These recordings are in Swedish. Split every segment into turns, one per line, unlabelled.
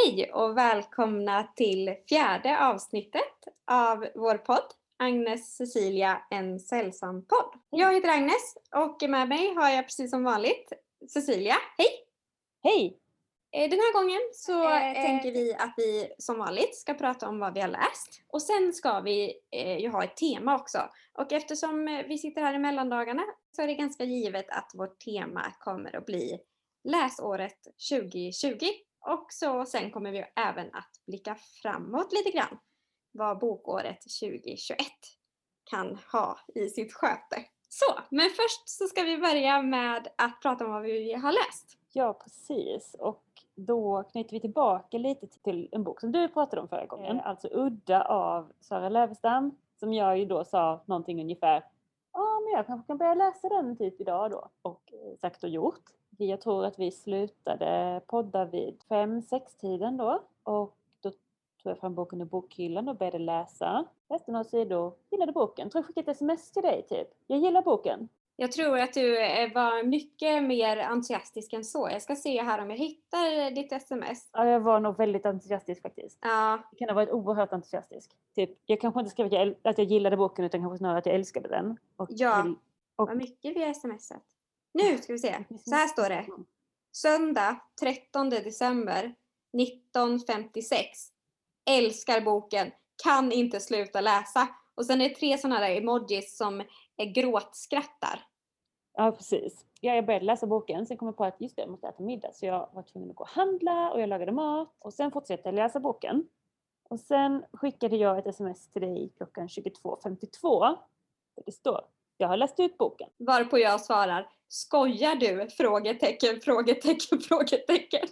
Hej och välkomna till fjärde avsnittet av vår podd Agnes Cecilia, en sällsam podd. Jag heter Agnes och med mig har jag precis som vanligt Cecilia. Hej!
Hej!
Den här gången så tänker vi att vi som vanligt ska prata om vad vi har läst. Och sen ska vi ju ha ett tema också. Och eftersom vi sitter här i mellandagarna så är det ganska givet att vårt tema kommer att bli läsåret 2020. Och så sen kommer vi även att blicka framåt lite grann. Vad bokåret 2021 kan ha i sitt sköte. Så, men först så ska vi börja med att prata om vad vi har läst.
Ja, precis. Och då knyter vi tillbaka lite till en bok som du pratade om förra gången. Alltså Udda av Sara Lövestam. Som jag ju då sa någonting ungefär. Ja, men jag kanske kan börja läsa den typ idag då. Och sagt och gjort. Jag tror att vi slutade podda vid 5-6 tiden då. Och då tog jag fram boken ur bokhyllan och började läsa. Läste några sidor, gillade boken. Tror jag skickade ett sms till dig typ. Jag gillar boken.
Jag tror att du var mycket mer entusiastisk än så. Jag ska se här om jag hittar ditt sms.
Ja, jag var nog väldigt entusiastisk faktiskt.
Ja.
Jag kan ha varit oerhört entusiastisk. Typ, jag kanske inte skrev att jag gillade boken utan kanske snarare att jag älskade den. Och
vad mycket vi har smsat. Nu ska vi se. Så här står det. Söndag 13 december 1956. Älskar boken. Kan inte sluta läsa. Och sen är det 3 sådana där emojis som gråtskrattar.
Ja, precis. Jag började läsa boken. Sen kom jag på att just det, jag måste äta middag. Så jag var tvungen att gå och handla och jag lagade mat. Och sen fortsatte jag läsa boken. Och sen skickade jag ett sms till dig klockan 22.52. Det står, jag har läst ut boken.
Varpå jag svarar, skojar du? Frågetecken, frågetecken, frågetecken.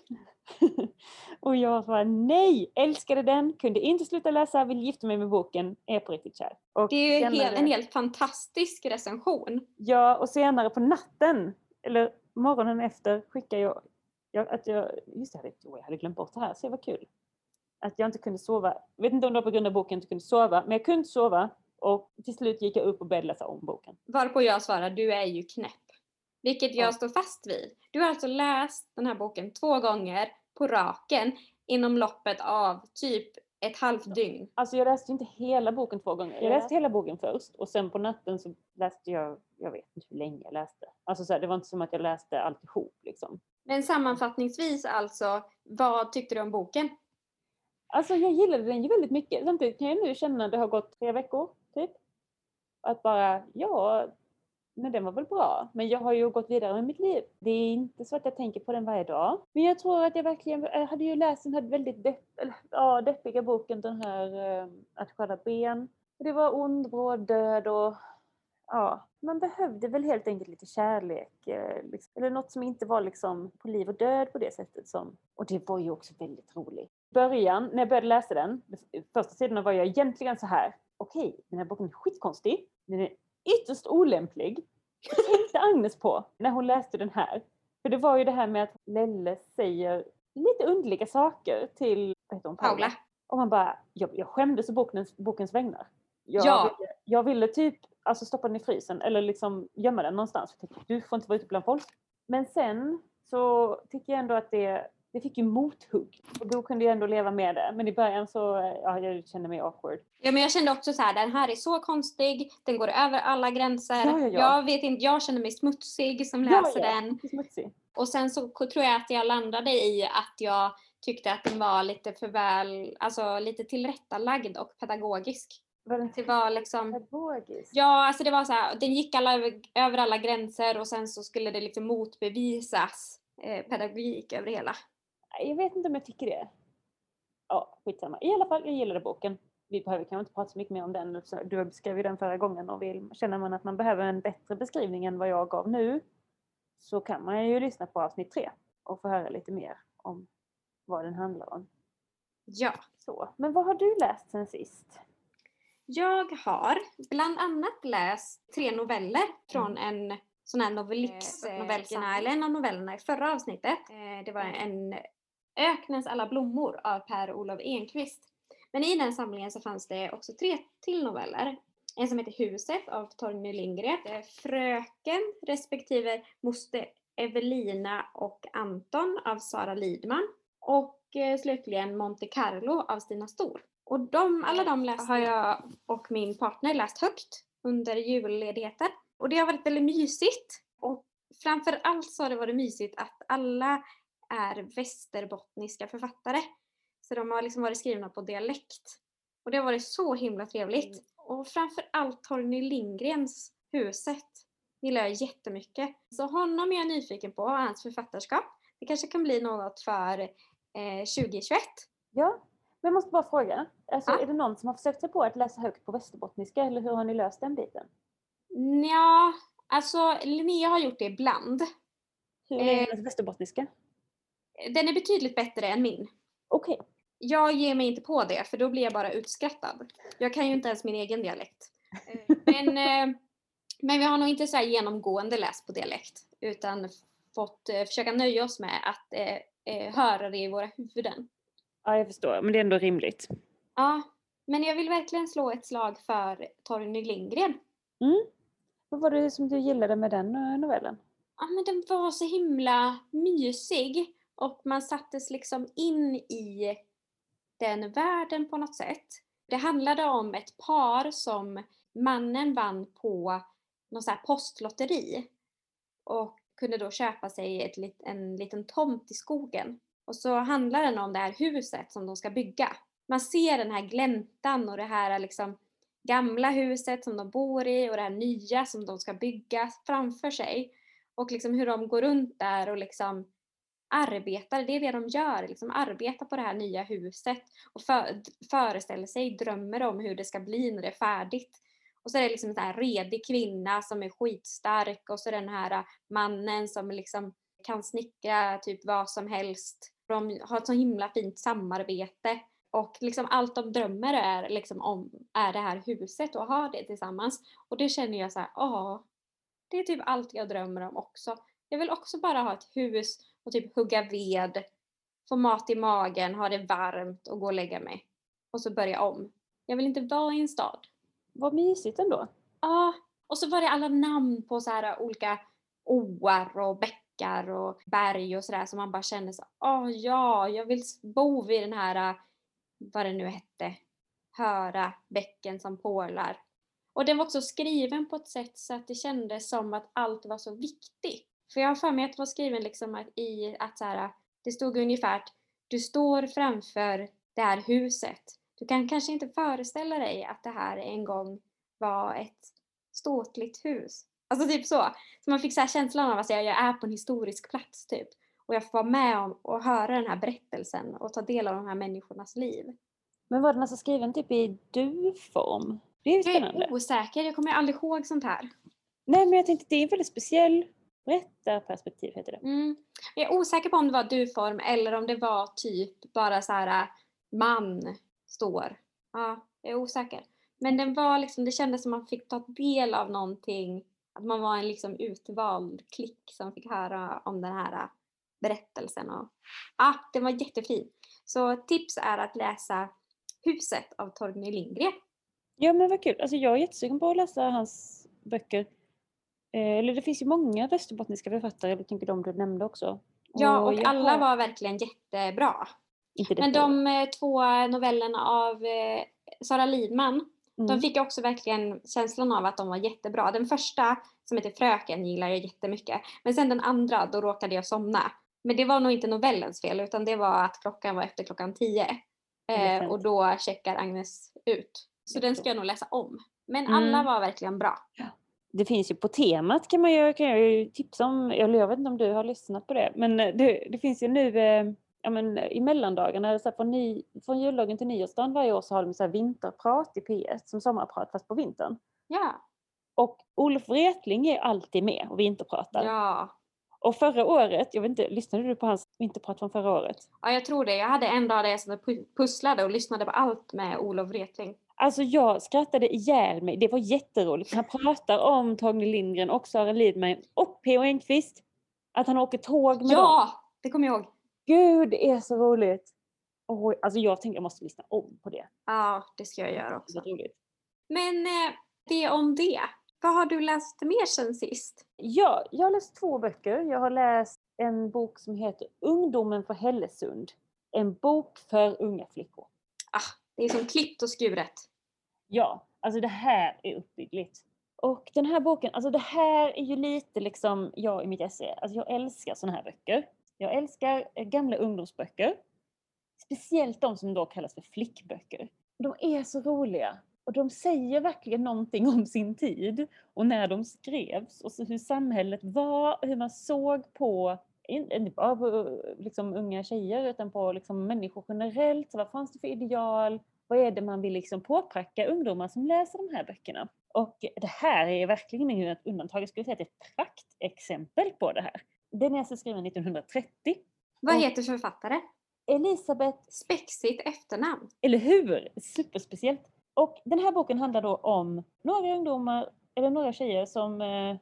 Och jag svarade nej, älskade den, kunde inte sluta läsa, vill gifta mig med boken, är på riktigt kär. Och
det är ju en helt fantastisk recension.
Ja, och senare på natten, eller morgonen efter, skickade jag att just det, jag hade glömt bort det här, så det var kul. Att jag inte kunde sova. Jag vet inte om det var på grund av boken jag inte kunde sova, men jag kunde sova. Och till slut gick jag upp och började läsa om boken.
Varpå jag svarar, du är ju knäpp. Vilket jag står fast vid. Du har alltså läst den här boken 2 gånger på raken inom loppet av typ ett halvt dygn.
Alltså jag läste inte hela boken 2 gånger. Jag läste hela boken först och sen på natten så läste jag vet inte hur länge jag läste. Alltså så här, det var inte som att jag läste alltihop liksom.
Men sammanfattningsvis alltså, vad tyckte du om boken?
Alltså jag gillade den ju väldigt mycket. Samtidigt kan jag nu känna att det har gått 3 veckor typ. Att bara, men den var väl bra. Men jag har ju gått vidare med mitt liv. Det är inte så att jag tänker på den varje dag. Men jag tror att jag hade ju läst den här väldigt deppiga boken, den här Att skära ben. Det var ond, bråd död och man behövde väl helt enkelt lite kärlek. Liksom. Eller något som inte var liksom på liv och död på det sättet som. Och det var ju också väldigt roligt. I början, när jag började läsa den, första sidorna var jag egentligen så här. Okej, den här boken är skitkonstig. Den är ytterst olämplig. Vad tänkte Agnes på när hon läste den här? För det var ju det här med att Lelle säger lite underliga saker till
Paula.
Och man bara, jag skämdes i bokens vägnar. Jag ville typ stoppa den i frysen eller liksom gömma den någonstans. Jag tänkte, du får inte vara ute bland folk. Men sen så tycker jag ändå att det fick ju mothugg. Och då kunde jag ändå leva med det. Men i början så, jag kände mig awkward.
Ja, men jag kände också så här, den här är så konstig. Den går över alla gränser.
Ja.
Jag vet inte, jag känner mig smutsig som läser den.
Smutsig.
Och sen så tror jag att jag landade i att jag tyckte att den var lite för väl, alltså lite tillrättalagd och pedagogisk. Det var liksom
pedagogisk.
Ja, alltså det var så här, den gick över alla gränser och sen så skulle det liksom motbevisas pedagogik över det hela.
Jag vet inte om jag tycker det. Ja, skitsamma. I alla fall, jag gillade boken. Vi behöver kanske inte prata så mycket mer om den. Du beskrev ju den förra gången och känner man att man behöver en bättre beskrivning än vad jag gav nu så kan man ju lyssna på avsnitt 3 och få höra lite mer om vad den handlar om.
Ja.
Så. Men vad har du läst sen sist?
Jag har bland annat läst 3 noveller från en sån här novellsamling, eller en av novellerna i förra avsnittet. Det var en Öknens alla blommor av Per-Olof Enquist. Men i den samlingen så fanns det också 3 till noveller. En som heter Huset av Torgny Lindgren. Fröken respektive Moster Evelina och Anton av Sara Lidman. Och slutligen Monte Carlo av Stina Stor. Och alla de har jag och min partner läst högt under julledigheten. Och det har varit väldigt mysigt. Och framför allt så har det varit mysigt att alla är västerbottniska författare. Så de har liksom varit skrivna på dialekt. Och det har varit så himla trevligt. Och framför allt Torgny Lindgrens Huset gillar jag jättemycket. Så honom är jag nyfiken på, hans författarskap. Det kanske kan bli något för 2021.
Ja, men jag måste bara fråga. Alltså, är det någon som har försökt sig på att läsa högt på västerbottniska? Eller hur har ni löst den biten?
Ja, alltså Linnea har gjort det ibland.
Hur är hennes västerbottniska?
Den är betydligt bättre än min.
Okej.
Jag ger mig inte på det, för då blir jag bara utskrattad. Jag kan ju inte ens min egen dialekt. Men vi har nog inte så här genomgående läst på dialekt. Utan fått försöka nöja oss med att höra det i våra huvuden.
Ja, jag förstår. Men det är ändå rimligt.
Ja, men jag vill verkligen slå ett slag för Torgny Lindgren.
Vad var det som du gillade med den novellen?
Ja, men den var så himla mysig. Och man sattes liksom in i den världen på något sätt. Det handlade om ett par som mannen vann på någon så här postlotteri. Och kunde då köpa sig en liten tomt i skogen. Och så handlar den om det här huset som de ska bygga. Man ser den här gläntan och det här liksom gamla huset som de bor i och det här nya som de ska bygga framför sig. Och liksom hur de går runt där och liksom arbetar, det är det de gör, liksom arbetar på det här nya huset och föreställer sig, drömmer om hur det ska bli när det är färdigt. Och så är det liksom en sån här redig kvinna som är skitstark och så är den här mannen som liksom kan snickra typ vad som helst. De har ett så himla fint samarbete och liksom allt de drömmer är liksom är det här huset och ha det tillsammans. Och det känner jag så här, det är typ allt jag drömmer om också. Jag vill också bara ha ett hus och typ hugga ved, få mat i magen, ha det varmt och gå och lägga mig. Och så börja om. Jag vill inte vara i en stad.
Vad mysigt ändå.
Ja, och så var det alla namn på så här olika åar och bäckar och berg och sådär som man bara kände så, jag vill bo vid den här, vad det nu hette, höra bäcken som porlar. Och den var också skriven på ett sätt så att det kändes som att allt var så viktigt. För jag har för mig att det var skriven liksom att så här, det stod ungefär, du står framför det här huset. Du kan kanske inte föreställa dig att det här en gång var ett ståtligt hus. Alltså typ så. Så man fick så här känslan av att jag är på en historisk plats typ. Och jag får vara med om och höra den här berättelsen och ta del av de här människornas liv.
Men var den alltså skriven typ i du-form? Det är ju spännande.
Jag är osäker, jag kommer aldrig ihåg sånt här.
Nej, men jag tänkte att det är en väldigt speciell berättarperspektiv heter det.
Jag är osäker på om det var du-form eller om det var typ bara så här man står. Ja, jag är osäker. Men den var liksom, det kändes som att man fick ta del av någonting. Att man var en liksom utvald klick som fick höra om den här berättelsen. Och, den var jättefin. Så tips är att läsa Huset av Torgny Lindgren.
Ja, men vad kul. Alltså jag är jättesugen på att läsa hans böcker. Eller det finns ju många västerbottniska författare, jag tänker de du nämnde också.
Ja, och alla var verkligen jättebra. Men de 2 novellerna av Sara Lidman, de fick också verkligen känslan av att de var jättebra. Den första, som heter Fröken, gillar jag jättemycket. Men sen den andra, då råkade jag somna. Men det var nog inte novellens fel, utan det var att klockan var efter klockan 10. Och då checkar Agnes ut. Så den ska jag nog läsa om. Men alla var verkligen bra.
Ja. Det finns ju på temat kan jag ju tipsa om, jag vet inte om du har lyssnat på det, men det finns ju nu i mellandagarna, så här, från juldagen till nyårsdagen varje år så har de så här vinterprat i P1 som sommarprat fast på vintern.
Ja.
Och Olof Wretling är alltid med och vinterpratar.
Ja.
Och förra året, jag vet inte, lyssnade du på hans vinterprat från förra året?
Ja, jag tror det. Jag hade en dag där jag pusslade och lyssnade på allt med Olof Wretling.
Alltså jag skrattade ihjäl mig. Det var jätteroligt. Han pratar om Torgny Lindgren och Sara Lidman och P.O. Enquist. Att han åker tåg med dem.
Ja, det kommer jag ihåg.
Gud, det är så roligt. Alltså jag tänker jag måste lyssna om på det.
Ja, det ska jag göra också.
Det är roligt.
Men det om det. Vad har du läst mer sen sist?
Ja, jag har läst 2 böcker. Jag har läst en bok som heter Ungdomen för Hällesund. en bok för unga flickor.
Det är som klippt och skuret.
Ja, alltså det här är uppbyggligt. Och den här boken, alltså det här är ju lite liksom jag i mitt esse. Alltså jag älskar såna här böcker. Jag älskar gamla ungdomsböcker. Speciellt de som då kallas för flickböcker. De är så roliga. Och de säger verkligen någonting om sin tid. Och när de skrevs. Och så hur samhället var. Hur man såg på, inte bara på liksom unga tjejer. Utan på liksom människor generellt. Så vad fanns det för ideal? Vad är det man vill liksom påpracka ungdomar som läser de här böckerna? Och det här är verkligen inget undantag. Jag skulle säga att det är ett praktexempel på det här. Den är alltså skriven 1930.
Vad heter författare?
Elisabeth.
Spexigt efternamn.
Eller hur? Superspeciellt. Och den här boken handlar då om några ungdomar, eller några tjejer som,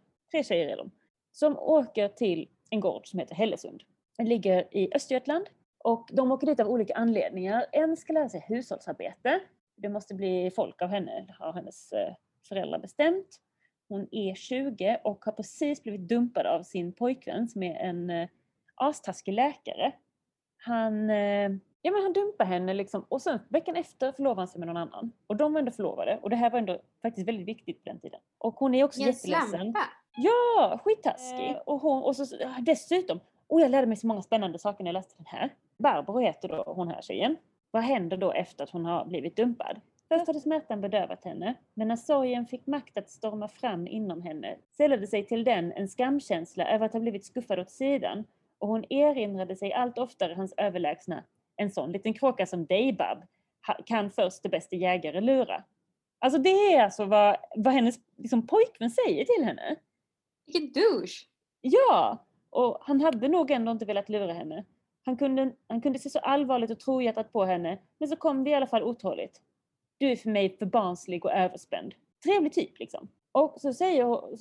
3 tjejer är de, som åker till en gård som heter Hällesund. Den ligger i Östergötland. Och de åker dit av olika anledningar. En ska lära sig hushållsarbete. Det måste bli folk av henne, har hennes föräldrar bestämt. Hon är 20 och har precis blivit dumpad av sin pojkvän som är en astaskig läkare. Han dumpar henne liksom, och sen veckan efter förlovar han sig med någon annan. Och de var ändå förlovade. Och det här var ändå faktiskt väldigt viktigt på den tiden. Och hon är också jätteledsen.
Slampa.
Ja, skittaskig. Och så dessutom, och jag lärde mig så många spännande saker när jag läste den här. Barbro heter då hon här tjejen. Vad händer då efter att hon har blivit dumpad? Först hade smärtan bedövat henne, men när sorgen fick makt att storma fram inom henne sällade sig till den en skamkänsla över att ha blivit skuffad åt sidan, och hon erinrade sig allt oftare hans överlägsna. En sån liten kråka som dig, Bab, kan först det bästa jägare lura. Alltså det är alltså vad hennes liksom, pojkvän säger till henne.
Vilken douche!
Ja, och han hade nog ändå inte velat lura henne. Han kunde se så allvarligt och trohjärtat på henne, men så kom det i alla fall otåligt. Du är för mig för barnslig och överspänd. Trevlig typ liksom. Och så säger hon,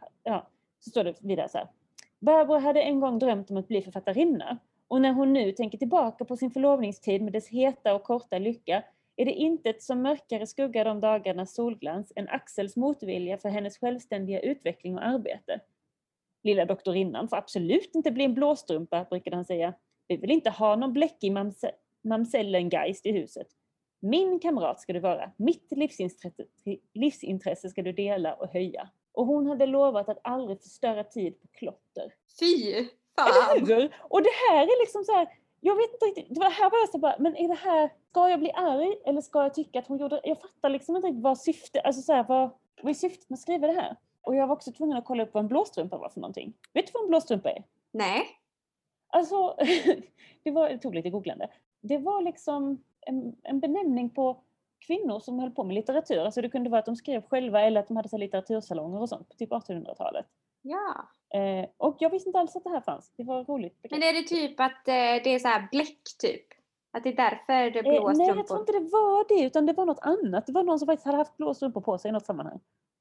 så står det vidare så här. Barbro hade en gång drömt om att bli författarinna. Och när hon nu tänker tillbaka på sin förlovningstid med dess heta och korta lycka, är det intet som mörkare skuggar de dagarnas solglans än Axels motvilja för hennes självständiga utveckling och arbete. Lilla doktorinnan får absolut inte bli en blåstrumpa, brukade han säga. Vi vill inte ha någon bläckig mamsellengeist i huset. Min kamrat ska du vara. Mitt livsintresse ska du dela och höja. Och hon hade lovat att aldrig förstöra tid på klotter.
Fy fan!
Eller hur? Och det här är liksom så här, jag vet inte riktigt, här var jag så bara, men är det här, ska jag bli arg eller ska jag tycka att hon gjorde, jag fattar liksom inte riktigt vad syftet, alltså så här, vad är syftet med att skriva det här? Och jag var också tvungen att kolla upp vad en blåstrumpa var för någonting. Vet du vad en blåstrumpa är?
Nej.
Alltså, det tog lite googlande. Det var liksom en benämning på kvinnor som höll på med litteratur. Alltså det kunde vara att de skrev själva eller att de hade så litteratursalonger och sånt på typ 1800-talet.
Ja.
Och jag visste inte alls att det här fanns. Det var roligt.
Men är det typ att det är så här bläck typ? Att det är därför det är blå strumpor?
Nej, jag tror inte det var det, utan det var något annat. Det var någon som faktiskt hade haft blå strumpor på sig i något sammanhang.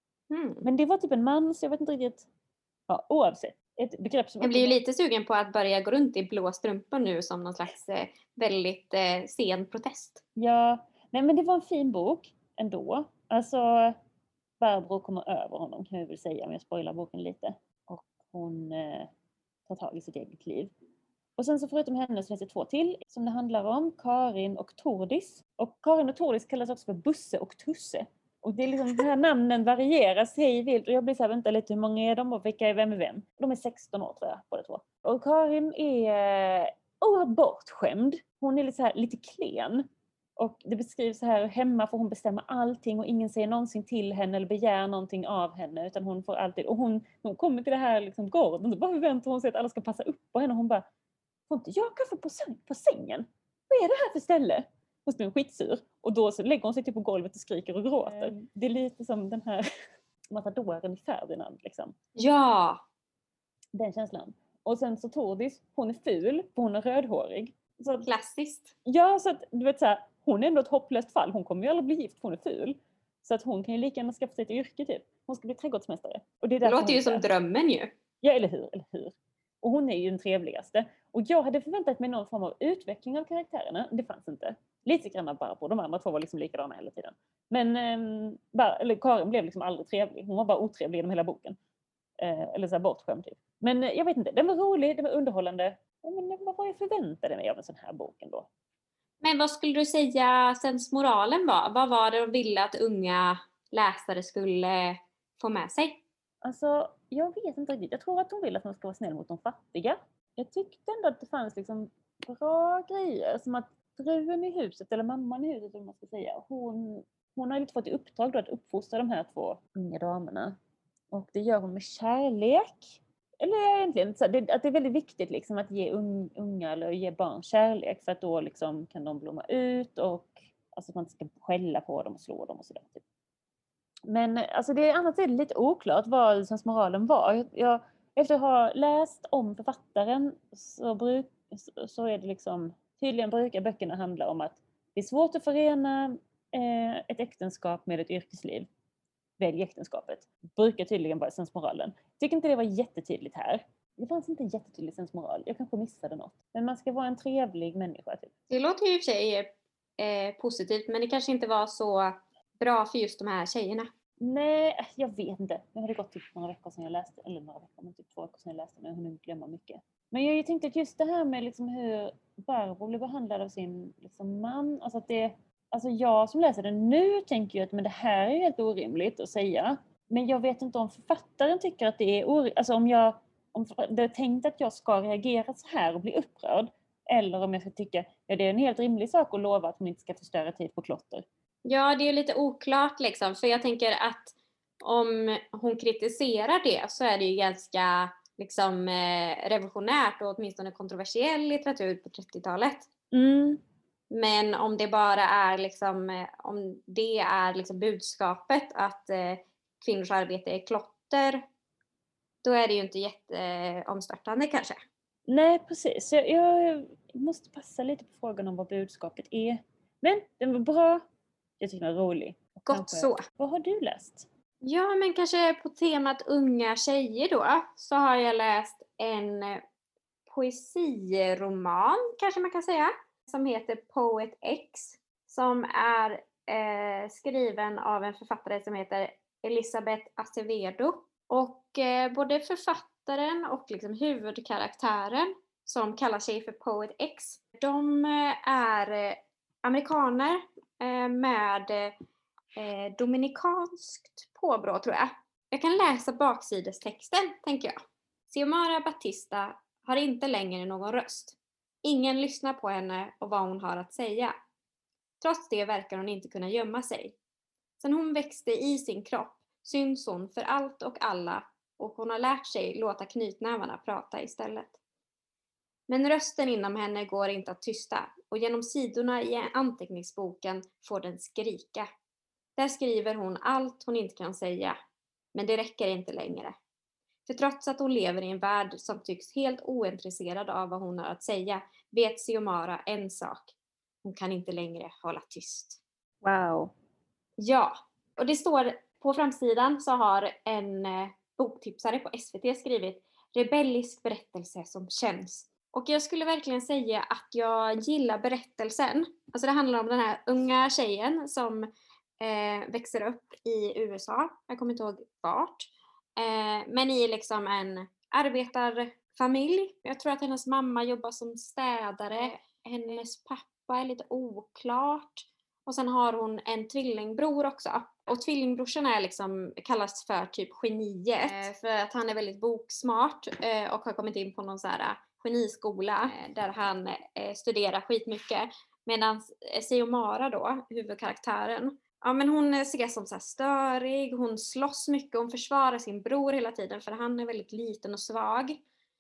Men det var typ en man, så jag vet inte riktigt. Ja, oavsett. Ett begrepp som
jag blir ju lite sugen på att börja gå runt i blå strumpor nu som någon slags väldigt sen protest.
Ja, nej men det var en fin bok ändå. Alltså, Barbro kommer över honom kan jag väl säga, om jag spoilar boken lite. Och hon tar tag i sitt eget liv. Och sen så förutom henne så finns det 2 till som det handlar om. Karin och Tordis. Och Karin och Tordis kallas också för Busse och Tusse. Och det är liksom, de här namnen varieras hej vilt. Och jag blir så här, vänta lite, hur många är de och vilka är vem är vem? De är 16 år tror jag, båda 2. Och Karin är oerhört bortskämd. Hon är lite klen. Och det beskrivs så här, hemma får hon bestämma allting och ingen säger någonsin till henne eller begär någonting av henne. Utan hon får alltid, och hon kommer till det här liksom gården och bara förväntar hon sig att alla ska passa upp på henne. Och hon bara, får inte jag kaffe på sängen? Vad är det här för ställe? Hon blir skitsur. Och då så lägger hon sig typ på golvet och skriker och gråter. Det är lite som den här matadoren i Ferdinand liksom.
Ja!
Den känslan. Och sen så Tordis, hon är ful, för hon är rödhårig. Så,
klassiskt.
Ja, så att du vet så här, hon är ändå ett hopplöst fall. Hon kommer ju aldrig bli gift, för hon är ful. Så att hon kan ju lika gärna skaffa sig ett yrke typ. Hon ska bli trädgårdsmästare. Och det
låter ju som drömmen ju.
Ja, eller hur? Och hon är ju den trevligaste. Och jag hade förväntat mig någon form av utveckling av karaktärerna. Det fanns inte. Lite grann av Barbro. De andra 2 var liksom likadana hela tiden. Men Karin blev liksom aldrig trevlig. Hon var bara otrevlig genom hela boken. Eller så här bortskämd typ. Men jag vet inte. Den var rolig, den var underhållande. Men vad var jag förväntade mig av en sån här bok ändå?
Men vad skulle du säga sensmoralen var? Vad var det de ville att unga läsare skulle få med sig?
Alltså, jag vet inte riktigt. Jag tror att hon vill att man ska vara snäll mot de fattiga. Jag tyckte ändå att det fanns liksom bra grejer. Som att frun i huset, eller mamman i huset om man ska säga. Hon har lite fått i uppdrag då att uppfostra de här 2 unga damerna. Och det gör hon med kärlek. Eller egentligen, så att det är väldigt viktigt liksom att ge unga eller ge barn kärlek. För att då liksom kan de blomma ut och alltså att man inte ska skälla på dem och slå dem och sådär. Typ. Men alltså det annars är det lite oklart vad sensmoralen var. Efter att ha läst om författaren så är det liksom, tydligen brukar böckerna handla om att det är svårt att förena ett äktenskap med ett yrkesliv. Välj äktenskapet. Brukar tydligen vara sensmoralen. Tycker inte det var jättetydligt här. Det fanns inte en jättetydlig sensmoral. Jag kanske missade något. Men man ska vara en trevlig människa. Typ.
Det låter ju i och för sig positivt, men det kanske inte var så bra för just de här tjejerna.
Nej, jag vet inte. Det hade gått typ några veckor sedan jag läste, eller några veckor, men typ 2 veckor sedan jag läste, men jag hunnit glömma mycket. Men jag tänkte att just det här med liksom hur Barbro blev behandlad av sin liksom man, alltså jag som läser det nu tänker ju att men det här är ju helt orimligt att säga. Men jag vet inte om författaren tycker att det är orimligt, alltså om det är tänkt att jag ska reagera så här och bli upprörd, eller om jag ska tycka, ja det är en helt rimlig sak att lova att hon inte ska förstöra tid på klotter.
Ja, det är ju lite oklart liksom, för jag tänker att om hon kritiserar det så är det ju ganska liksom revolutionärt och åtminstone kontroversiell litteratur på 30-talet.
Mm.
Men om det bara är liksom, om det är liksom budskapet att kvinnors arbete är klotter, då är det ju inte jätteomstörtande kanske.
Nej, precis. Jag måste passa lite på frågan om vad budskapet är. Men den var bra. Jag tycker den var rolig.
Gott så.
Vad har du läst?
Ja, men kanske på temat unga tjejer då, så har jag läst en poesiroman, kanske man kan säga, som heter Poet X, som är skriven av en författare som heter Elisabeth Acevedo. Och både författaren och liksom huvudkaraktären, som kallar sig för Poet X, de är amerikaner med dominikanskt påbrå, tror jag. Jag kan läsa baksidestexten, tänker jag. Xiomara Batista har inte längre någon röst. Ingen lyssnar på henne och vad hon har att säga. Trots det verkar hon inte kunna gömma sig. Sen hon växte i sin kropp syns hon för allt och alla, och hon har lärt sig låta knytnävarna prata istället. Men rösten inom henne går inte att tysta, och genom sidorna i anteckningsboken får den skrika. Där skriver hon allt hon inte kan säga, men det räcker inte längre. För trots att hon lever i en värld som tycks helt ointresserad av vad hon har att säga, vet Xiomara en sak. Hon kan inte längre hålla tyst.
Wow.
Ja, och det står på framsidan, så har en boktipsare på SVT skrivit rebellisk berättelse som känns. Och jag skulle verkligen säga att jag gillar berättelsen. Alltså det handlar om den här unga tjejen som växer upp i USA. Jag kommer inte ihåg vart. Men i liksom en arbetarfamilj. Jag tror att hennes mamma jobbar som städare. Hennes pappa är lite oklart. Och sen har hon en tvillingbror också. Och tvillingbrorsan är liksom, kallas för typ geniet. För att han är väldigt boksmart och har kommit in på någon så här geniskola där han studerar skitmycket. Medan Xiomara då, huvudkaraktären, ja, men hon ses som så här störig, hon slåss mycket, hon försvarar sin bror hela tiden för han är väldigt liten och svag.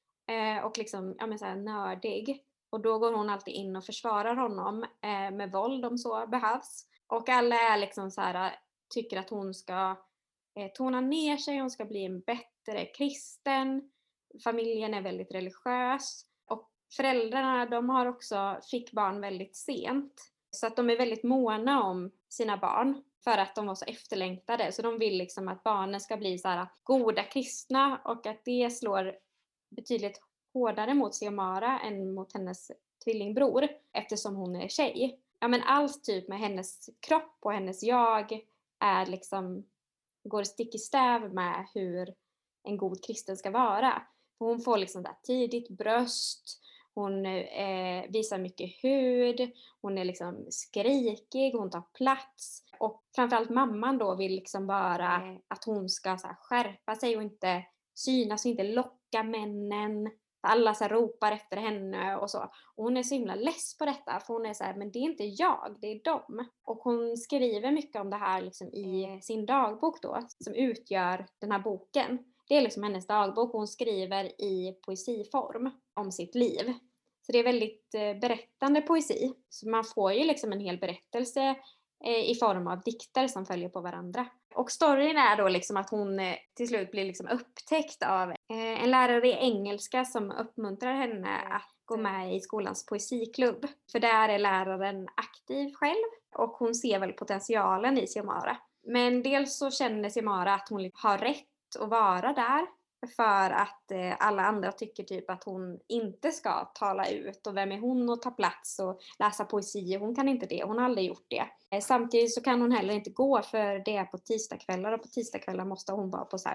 Och liksom, ja men så här nördig. Och då går hon alltid in och försvarar honom med våld om så behövs. Och alla är liksom så här, tycker att hon ska tona ner sig, hon ska bli en bättre kristen. Familjen är väldigt religiös. Och föräldrarna, de fick barn väldigt sent. Så att de är väldigt måna om sina barn för att de var så efterlängtade. Så de vill liksom att barnen ska bli så här goda kristna, och att det slår betydligt hårdare mot Xiomara än mot hennes tvillingbror, eftersom hon är tjej. Ja, men allt typ med hennes kropp och hennes jag är liksom, går stick i stäv med hur en god kristen ska vara. Hon får liksom där tidigt bröst, Hon visar mycket hud, hon är liksom skrikig, hon tar plats. Och framförallt mamman då vill liksom bara att hon ska så här skärpa sig och inte synas och inte locka männen. Alla så här ropar efter henne och så. Och hon är så himla less på detta, för hon är så här, men det är inte jag, det är dem. Och hon skriver mycket om det här liksom i sin dagbok då, som utgör den här boken. Det är liksom hennes dagbok och hon skriver i poesiform om sitt liv. Så det är väldigt berättande poesi. Så man får ju liksom en hel berättelse i form av dikter som följer på varandra. Och storyn är då liksom att hon till slut blir liksom upptäckt av en lärare i engelska som uppmuntrar henne att gå med i skolans poesiklubb. För där är läraren aktiv själv och hon ser väl potentialen i Xiomara. Men dels så känner Xiomara att hon har rätt att vara där. För att alla andra tycker typ att hon inte ska tala ut. Och vem är hon att ta plats och läsa poesi? Hon kan inte det. Hon har aldrig gjort det. Samtidigt så kan hon heller inte gå för det är på tisdagskvällar. Och på tisdagskvällar måste hon vara på så här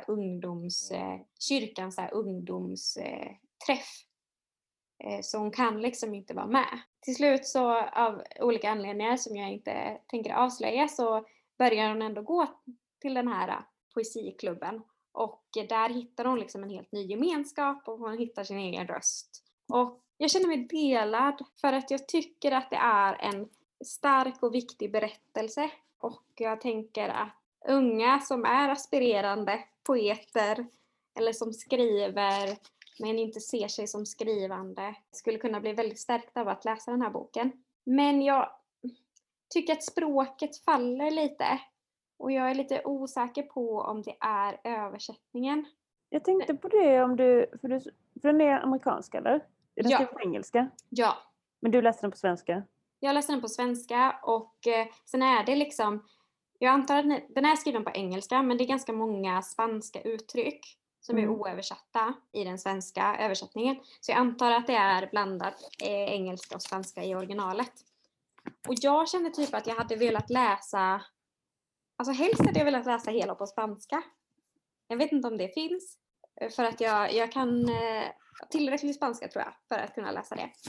kyrkans så här ungdomsträff. Så hon kan liksom inte vara med. Till slut så av olika anledningar som jag inte tänker avslöja så börjar hon ändå gå till den här poesiklubben. Och där hittar hon liksom en helt ny gemenskap och hon hittar sin egen röst. Och jag känner mig delad för att jag tycker att det är en stark och viktig berättelse. Och jag tänker att unga som är aspirerande poeter eller som skriver men inte ser sig som skrivande skulle kunna bli väldigt stärkta av att läsa den här boken. Men jag tycker att språket faller lite. Och jag är lite osäker på om det är översättningen.
Jag tänkte på det om för den är amerikansk eller? Är den skriven på engelska?
Ja.
Men du läste den på svenska?
Jag läste den på svenska och sen är det liksom, jag antar att den är skriven på engelska men det är ganska många spanska uttryck som är oöversatta i den svenska översättningen. Så jag antar att det är blandat engelska och spanska i originalet. Och jag kände typ att jag hade velat läsa, alltså helst hade jag velat läsa hela på spanska. Jag vet inte om det finns. För att jag kan tillräckligt spanska tror jag för att kunna läsa det.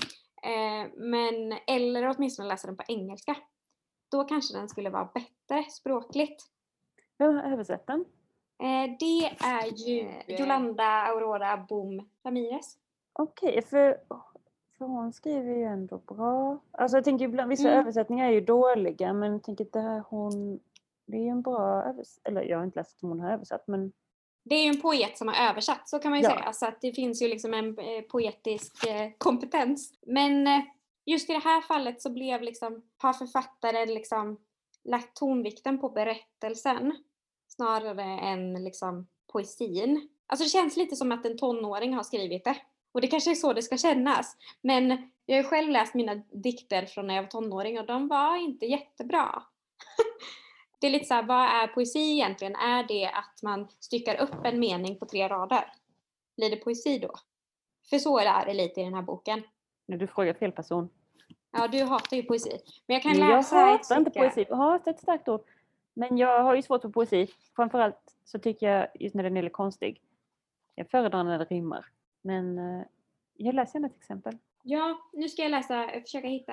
Eller åtminstone läsa den på engelska. Då kanske den skulle vara bättre språkligt.
Vem har översatt den?
Det är ju Yolanda Aurora Boom Ramirez.
Okej, för hon skriver ju ändå bra. Alltså jag tänker ibland, vissa översättningar är ju dåliga men jag tänker det är ju en bra översättning. Eller jag har inte läst om hon har översatt men...
Det är ju en poet som har översatt, så kan man ju säga. Så att det finns ju liksom en poetisk kompetens. Men just i det här fallet så har författaren liksom lagt tonvikten på berättelsen snarare än liksom poesin. Alltså det känns lite som att en tonåring har skrivit det. Och det kanske är så det ska kännas. Men jag har själv läst mina dikter från när jag var tonåring och de var inte jättebra. Det är lite så här, vad är poesi egentligen? Är det att man styckar upp en mening på 3 rader? Blir det poesi då? För så är det lite i den här boken.
Du frågar fel person.
Ja, du hatar ju poesi. Men jag kan läsa
jag hatar inte poesi. Jag hatar ett starkt ord. Men jag har ju svårt för poesi. Framförallt så tycker jag just när den är lite konstig. Jag föredrar när det rimmar. Men jag läser gärna ett exempel.
Ja, nu ska jag försöka hitta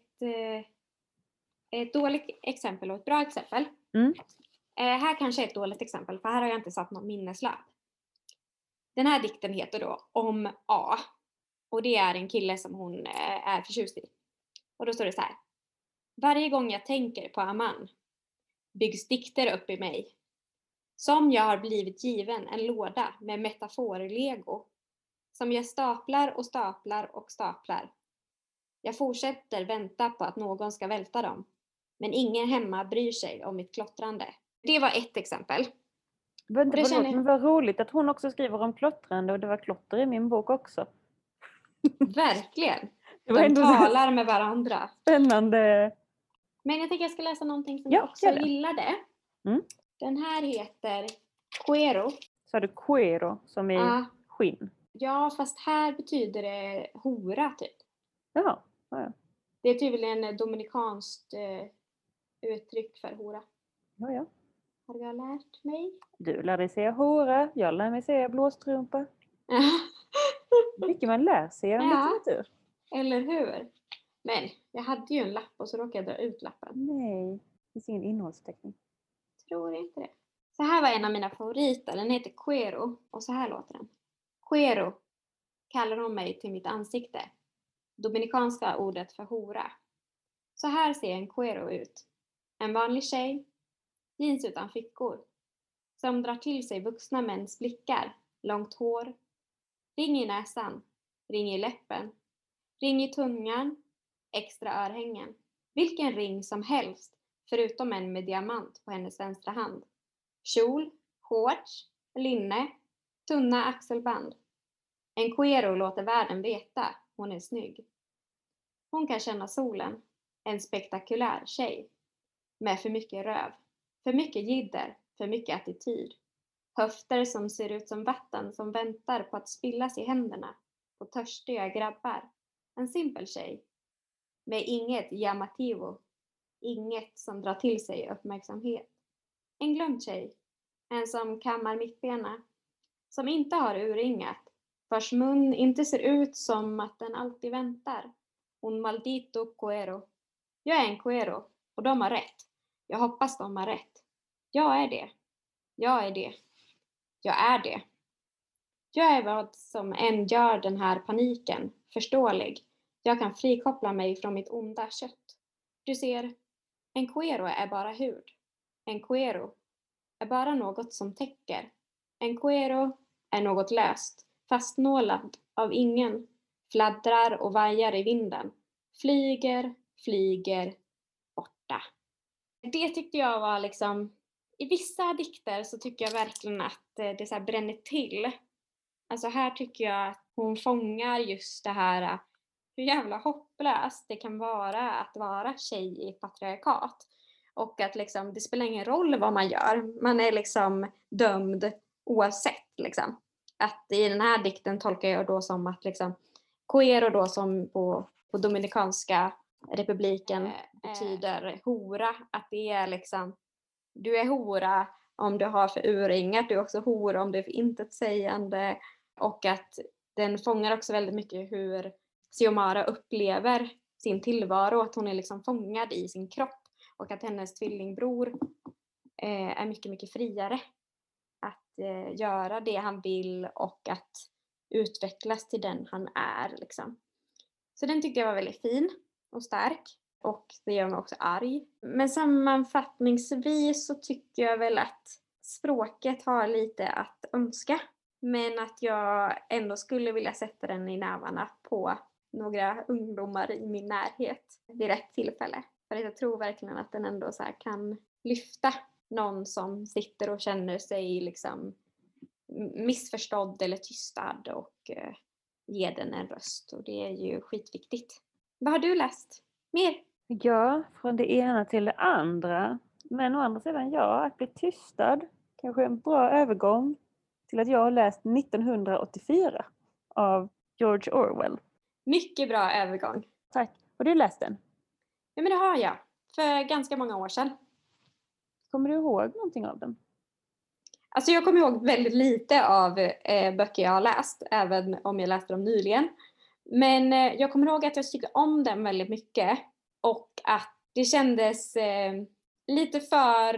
ett dåligt exempel och ett bra exempel. Här kanske är ett dåligt exempel, för här har jag inte satt någon minneslapp. Den här dikten heter då Om A. Och det är en kille som hon är förtjust i. Och då står det så här. Varje gång jag tänker på Aman byggs dikter upp i mig. Som jag har blivit given en låda med metaforlego. Som jag staplar och staplar och staplar. Jag fortsätter vänta på att någon ska välta dem. Men ingen hemma bryr sig om mitt klottrande. Det var ett exempel.
Men vad roligt att hon också skriver om klottrande och det var klotter i min bok också.
Verkligen. De talar med varandra.
Spännande.
Men jag tänker jag ska läsa någonting som jag också gillade. Den här heter Cuero.
Så du cuero som är skinn?
Ja, fast här betyder det hora typ.
Ja.
Det är tydligen ett dominikanskt uttryck för hora.
Ja.
Har jag lärt mig?
Du lär dig säga hora, jag lär mig säga blåstrumpa. Mycket man lär sig om litteratur.
Eller hur? Men jag hade ju en lapp och så råkade jag dra ut lappen.
Nej, det finns ingen innehållsteckning.
Tror inte det. Så här var en av mina favoriter. Den heter Quero. Och så här låter den. Quero kallar hon mig till mitt ansikte. Dominikanska ordet för hora. Så här ser en Quero ut. En vanlig tjej. Jeans utan fickor. Som drar till sig vuxna mäns blickar. Långt hår. Ring i näsan. Ring i läppen. Ring i tungan. Extra örhängen. Vilken ring som helst. Förutom en med diamant på hennes vänstra hand. Kjol, shorts, linne, tunna axelband. En Quero låter världen veta hon är snygg. Hon kan känna solen. En spektakulär tjej. Med för mycket röv. För mycket jidder. För mycket attityd. Höfter som ser ut som vatten som väntar på att spillas i händerna på törstiga grabbar. En simpel tjej. Med inget llamativo. Inget som drar till sig uppmärksamhet. En glömd tjej. En som kammar mittbena. Som inte har urringat. Vars mun inte ser ut som att den alltid väntar. Un maldito Quero. Jag är en Quero. Och de har rätt. Jag hoppas de har rätt. Jag är det. Jag är det. Jag är det. Jag är vad som än gör den här paniken förståelig. Jag kan frikoppla mig från mitt onda kött. Du ser, en Quero är bara hud. En Quero är bara något som täcker. En Quero är något löst, fastnålad av ingen. Fladdrar och vajar i vinden. Flyger, flyger, borta. Det tyckte jag var liksom, i vissa dikter så tycker jag verkligen att det så här bränner till. Alltså här tycker jag att hon fångar just det här hur jävla hopplöst det kan vara att vara tjej i ett patriarkat. Och att liksom, det spelar ingen roll vad man gör. Man är liksom dömd oavsett. Liksom. Att i den här dikten tolkar jag då som att liksom, Quero då som på Dominikanska republiken betyder hora. Att det är liksom, du är hora om du har för urringat. Du är också hora om du är för intetsägande. Och att den fångar också väldigt mycket hur Xiomara upplever sin tillvaro. Att hon är liksom fångad i sin kropp. Och att hennes tvillingbror är mycket, mycket friare. Att göra det han vill och att utvecklas till den han är. Liksom. Så den tyckte jag var väldigt fin och stark. Och det gör mig också arg. Men sammanfattningsvis så tycker jag väl att språket har lite att önska. Men att jag ändå skulle vilja sätta den i nävarna på några ungdomar i min närhet vid rätt tillfälle. För jag tror verkligen att den ändå så här kan lyfta någon som sitter och känner sig liksom missförstådd eller tystad och ge den en röst. Och det är ju skitviktigt. Vad har du läst? Mer?
Ja, från det ena till det andra. Men å andra sidan, ja, att bli tystad. Kanske en bra övergång till att jag har läst 1984 av George Orwell.
Mycket bra övergång.
Tack. Har du läst den?
Ja, men det har jag. För ganska många år sedan.
Kommer du ihåg någonting av den?
Alltså jag kommer ihåg väldigt lite av böcker jag har läst. Även om jag läste dem nyligen. Men jag kommer ihåg att jag tyckte om den väldigt mycket. Och att det kändes lite för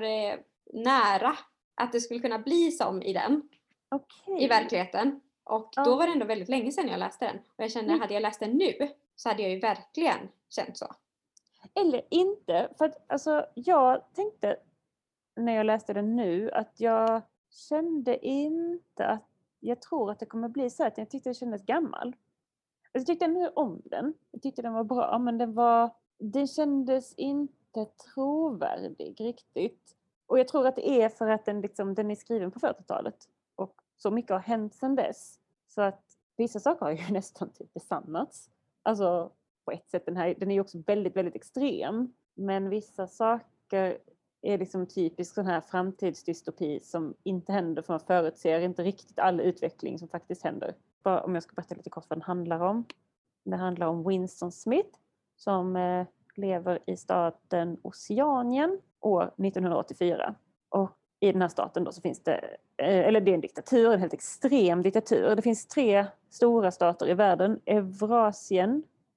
nära att det skulle kunna bli som i den.
Okay.
I verkligheten. Och då var det ändå väldigt länge sedan jag läste den. Och jag kände, hade jag läst den nu så hade jag ju verkligen känt så.
Eller inte. För att alltså, jag tänkte när jag läste den nu att jag kände inte att jag tror att det kommer bli så att jag tyckte det kändes gammal. Alltså, jag tyckte ändå om den. Jag tyckte den var bra. Men den kändes inte trovärdig riktigt. Och jag tror att det är för att den är skriven på 40-talet. Och så mycket har hänt sedan dess. Så att vissa saker har ju nästan typ besannats. Alltså på ett sätt, den är ju också väldigt, väldigt extrem. Men vissa saker är liksom typisk sån här framtidsdystopi som inte händer för man förutser inte riktigt all utveckling som faktiskt händer. Bara om jag ska berätta lite kort vad den handlar om. Det handlar om Winston Smith som lever i staten Oceanien år 1984. Och i den här staten då så finns det, eller det är en diktatur, en helt extrem diktatur. Det finns 3 stora stater i världen. Eurasien,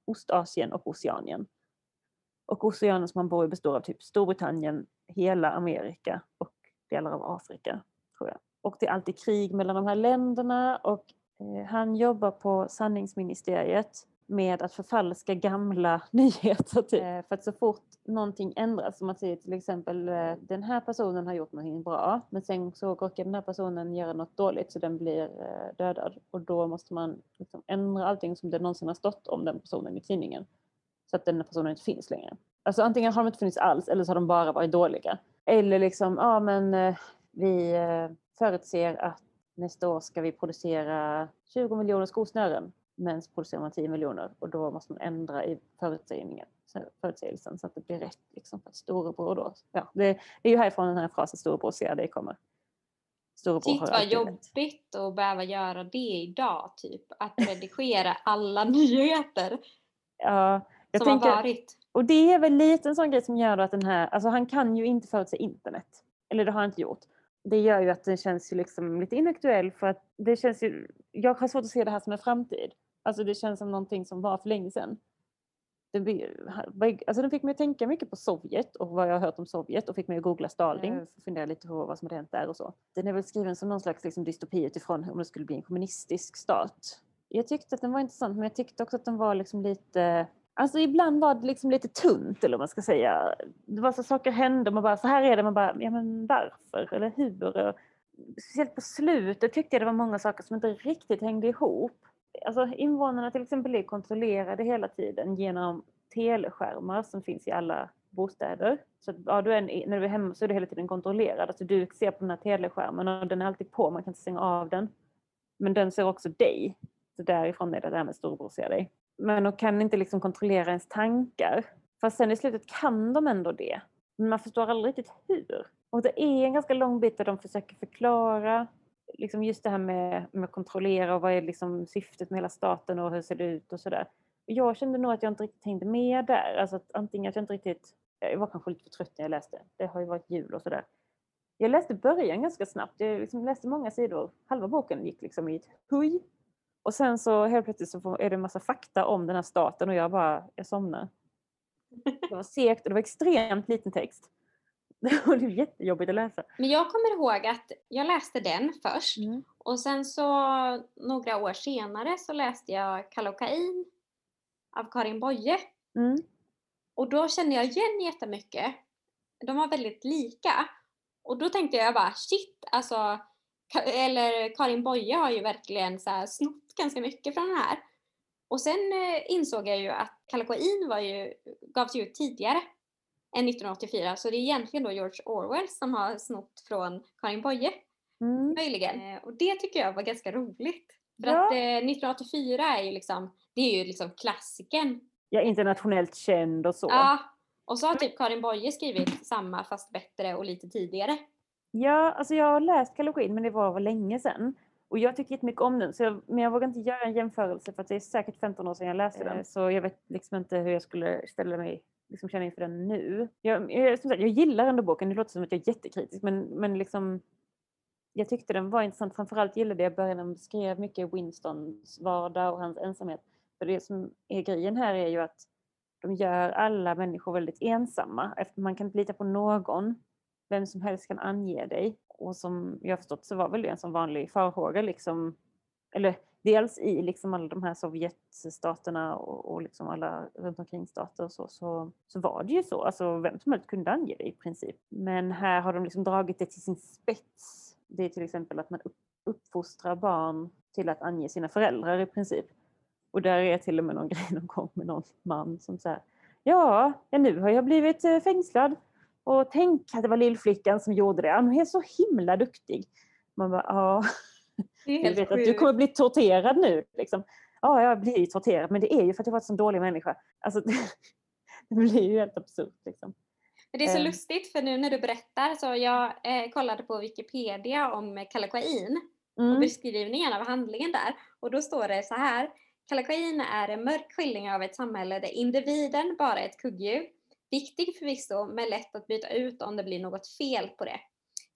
Ostasien och Oceanien. Och Oceanien som man bor i består av typ Storbritannien, hela Amerika och delar av Afrika, tror jag. Och det är alltid krig mellan de här länderna och han jobbar på sanningsministeriet med att förfalska gamla nyheter. För att så fort någonting ändras, som man säger till exempel den här personen har gjort någonting bra, men sen så råkar den här personen göra något dåligt så den blir dödad. Och då måste man liksom ändra allting som det någonsin har stått om den personen i tidningen. Så att den personen inte finns längre. Alltså antingen har de inte funnits alls eller så har de bara varit dåliga. Eller liksom, vi förutser att nästa år ska vi producera 20 miljoner skosnören. Men så producerar man 10 miljoner och då måste man ändra i förutsägelsen så att det blir rätt. Liksom, för att storebror då. Ja, det är ju härifrån den här frasen storebror ser dig kommer.
Titt vad jobbigt att behöva göra det idag typ. Att redigera alla nyheter.
Ja, jag
som
tänker,
har varit.
Och det är väl lite en sån grej som gör att den här, alltså han kan ju inte förutse internet. Eller det har han inte gjort. Det gör ju att den känns ju liksom lite inaktuell för att det känns ju, jag har svårt att se det här som en framtid. Alltså det känns som någonting som var för länge sedan. Den fick mig att tänka mycket på Sovjet och vad jag har hört om Sovjet och fick mig att googla Stalin. För fundera lite på vad som hade hänt där och så. Den är väl skriven som någon slags liksom dystopi utifrån om det skulle bli en kommunistisk stat. Jag tyckte att den var intressant men jag tyckte också att den var liksom lite... Alltså ibland var det liksom lite tunt eller vad man ska säga. Det var så saker hände, man bara så här är det, man bara ja men varför eller hur? Speciellt på slutet tyckte jag det var många saker som inte riktigt hängde ihop. Alltså invånarna till exempel är kontrollerade hela tiden genom teleskärmar som finns i alla bostäder. Så att, när du är hemma så är du hela tiden kontrollerad. Alltså du ser på den här teleskärmen och den är alltid på, man kan inte stänga av den. Men den ser också dig. Så därifrån är det där med storebror ser dig. Men de kan inte liksom kontrollera ens tankar. Fast sen i slutet kan de ändå det. Men man förstår aldrig riktigt hur. Och det är en ganska lång bit där de försöker förklara liksom just det här med att kontrollera och vad är liksom syftet med hela staten och hur ser det ut och sådär. Jag kände nog att jag inte riktigt hängde med där. Alltså att antingen att jag inte riktigt... Jag var kanske lite för trött när jag läste. Det har ju varit jul och sådär. Jag läste början ganska snabbt. Jag liksom läste många sidor. Halva boken gick liksom i ett huj. Och sen så helt plötsligt så är det en massa fakta om den här staten och jag somnade. Det var segt och det var extremt liten text. Det var jättejobbigt att läsa.
Men jag kommer ihåg att jag läste den först. Och sen så några år senare så läste jag Kallocain av Karin Boye. Och då kände jag igen jättemycket. De var väldigt lika. Och då tänkte jag bara shit, alltså Karin Boye har ju verkligen så här snott ganska mycket från den här. Och sen insåg jag ju att Kallocain gavs ut tidigare än 1984. Så det är egentligen då George Orwell som har snott från Karin Boye. Möjligen. Och det tycker jag var ganska roligt. För att 1984 är ju liksom klassiken.
Ja, internationellt känd och så.
Ja, och så har typ Karin Boye skrivit samma fast bättre och lite tidigare.
Ja, alltså jag har läst Kallocain men det var länge sedan. Och jag tycker jättemycket om den. Men jag vågar inte göra en jämförelse för att det är säkert 15 år sedan jag läste den. Så jag vet liksom inte hur jag skulle ställa mig, liksom känna inför den nu. Jag gillar ändå boken, det låter som att jag är jättekritisk. Men liksom, jag tyckte den var intressant. Framförallt gillade jag början när de beskrev mycket Winstons vardag och hans ensamhet. För det som är grejen här är ju att de gör alla människor väldigt ensamma. Efter man kan inte lita på någon. Vem som helst kan ange dig. Och som jag har förstått så var väl det en sån vanlig farhåga liksom. Eller dels i liksom alla de här Sovjetstaterna och liksom alla runt omkring stater och så var det ju så. Alltså vem som helst kunde ange dig i princip. Men här har de liksom dragit det till sin spets. Det är till exempel att man uppfostrar barn till att ange sina föräldrar i princip. Och där är till och med någon grej någon gång med någon man som säger ja, nu har jag blivit fängslad. Och tänk att det var lillflickan som gjorde det. Hon är så himla duktig. Man bara, ja. Du vet att du kommer bli torterad nu. Liksom. Ja, jag blir torterad. Men det är ju för att jag var en sån dålig människa. Alltså, det blir ju helt absurt. Liksom.
Det är så lustigt för nu när du berättar så jag kollade på Wikipedia om Kallocain. Och beskrivningen av handlingen där. Och då står det så här. Kallocain är en mörk skildring av ett samhälle där individen bara är ett kugghjul. Viktig förvisso, men lätt att byta ut om det blir något fel på det.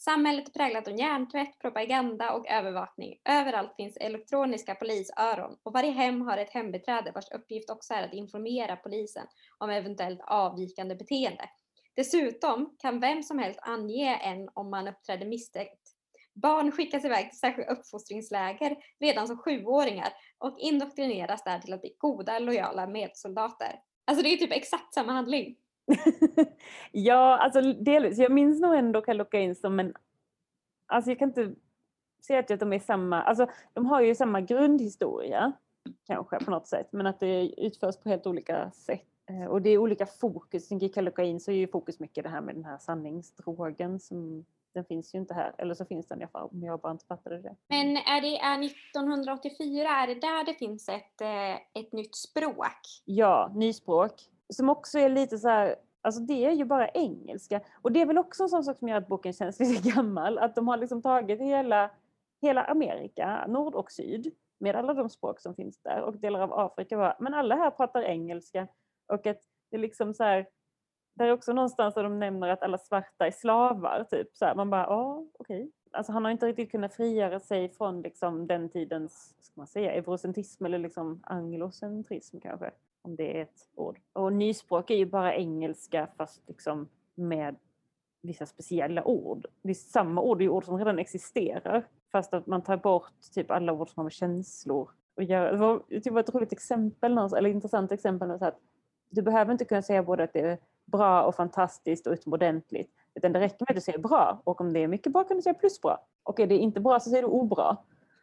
Samhället är präglat av hjärntvätt, propaganda och övervakning. Överallt finns elektroniska polisöron och varje hem har ett hembiträde vars uppgift också är att informera polisen om eventuellt avvikande beteende. Dessutom kan vem som helst ange en om man uppträder misstänkt. Barn skickas iväg till särskilda uppfostringsläger redan som 7-åringar och indoktrineras där till att bli goda, lojala medsoldater. Alltså det är typ exakt samma handling.
Ja, alltså delvis. Jag minns nog ändå Kallocain som en... Alltså jag kan inte säga att de är samma... Alltså de har ju samma grundhistoria kanske på något sätt. Men att det utförs på helt olika sätt. Och det är olika fokus. I Kallocain så är ju fokus mycket det här med den här sanningsdrogen som... Den finns ju inte här. Eller så finns den i alla fall. Men jag bara inte fattade det.
Men är 1984, är det där det finns ett nytt språk?
Ja, nyspråk. Som också är lite så här... Alltså det är ju bara engelska. Och det är väl också en sån sak som gör att boken känns lite gammal. Att de har liksom tagit hela Amerika, nord och syd. Med alla de språk som finns där. Och delar av Afrika. Men alla här pratar engelska. Och att det är liksom så här... Det är också någonstans där de nämner att alla svarta är slavar. Typ. Så här, man bara, okej. Alltså han har inte riktigt kunnat frigöra sig från liksom den tidens, ska man säga, eurocentrism eller liksom anglocentrism kanske. Om det är ett ord. Och nyspråk är ju bara engelska fast liksom med vissa speciella ord. Det är samma ord, det är ord som redan existerar. Fast att man tar bort typ alla ord som har med känslor. Det var ett roligt exempel, eller intressant exempel. Så att du behöver inte kunna säga både att det är bra och fantastiskt och utomordentligt. Utan det räcker med att du säger bra. Och om det är mycket bra kan du säga plusbra. Och är det inte bra så säger du obra.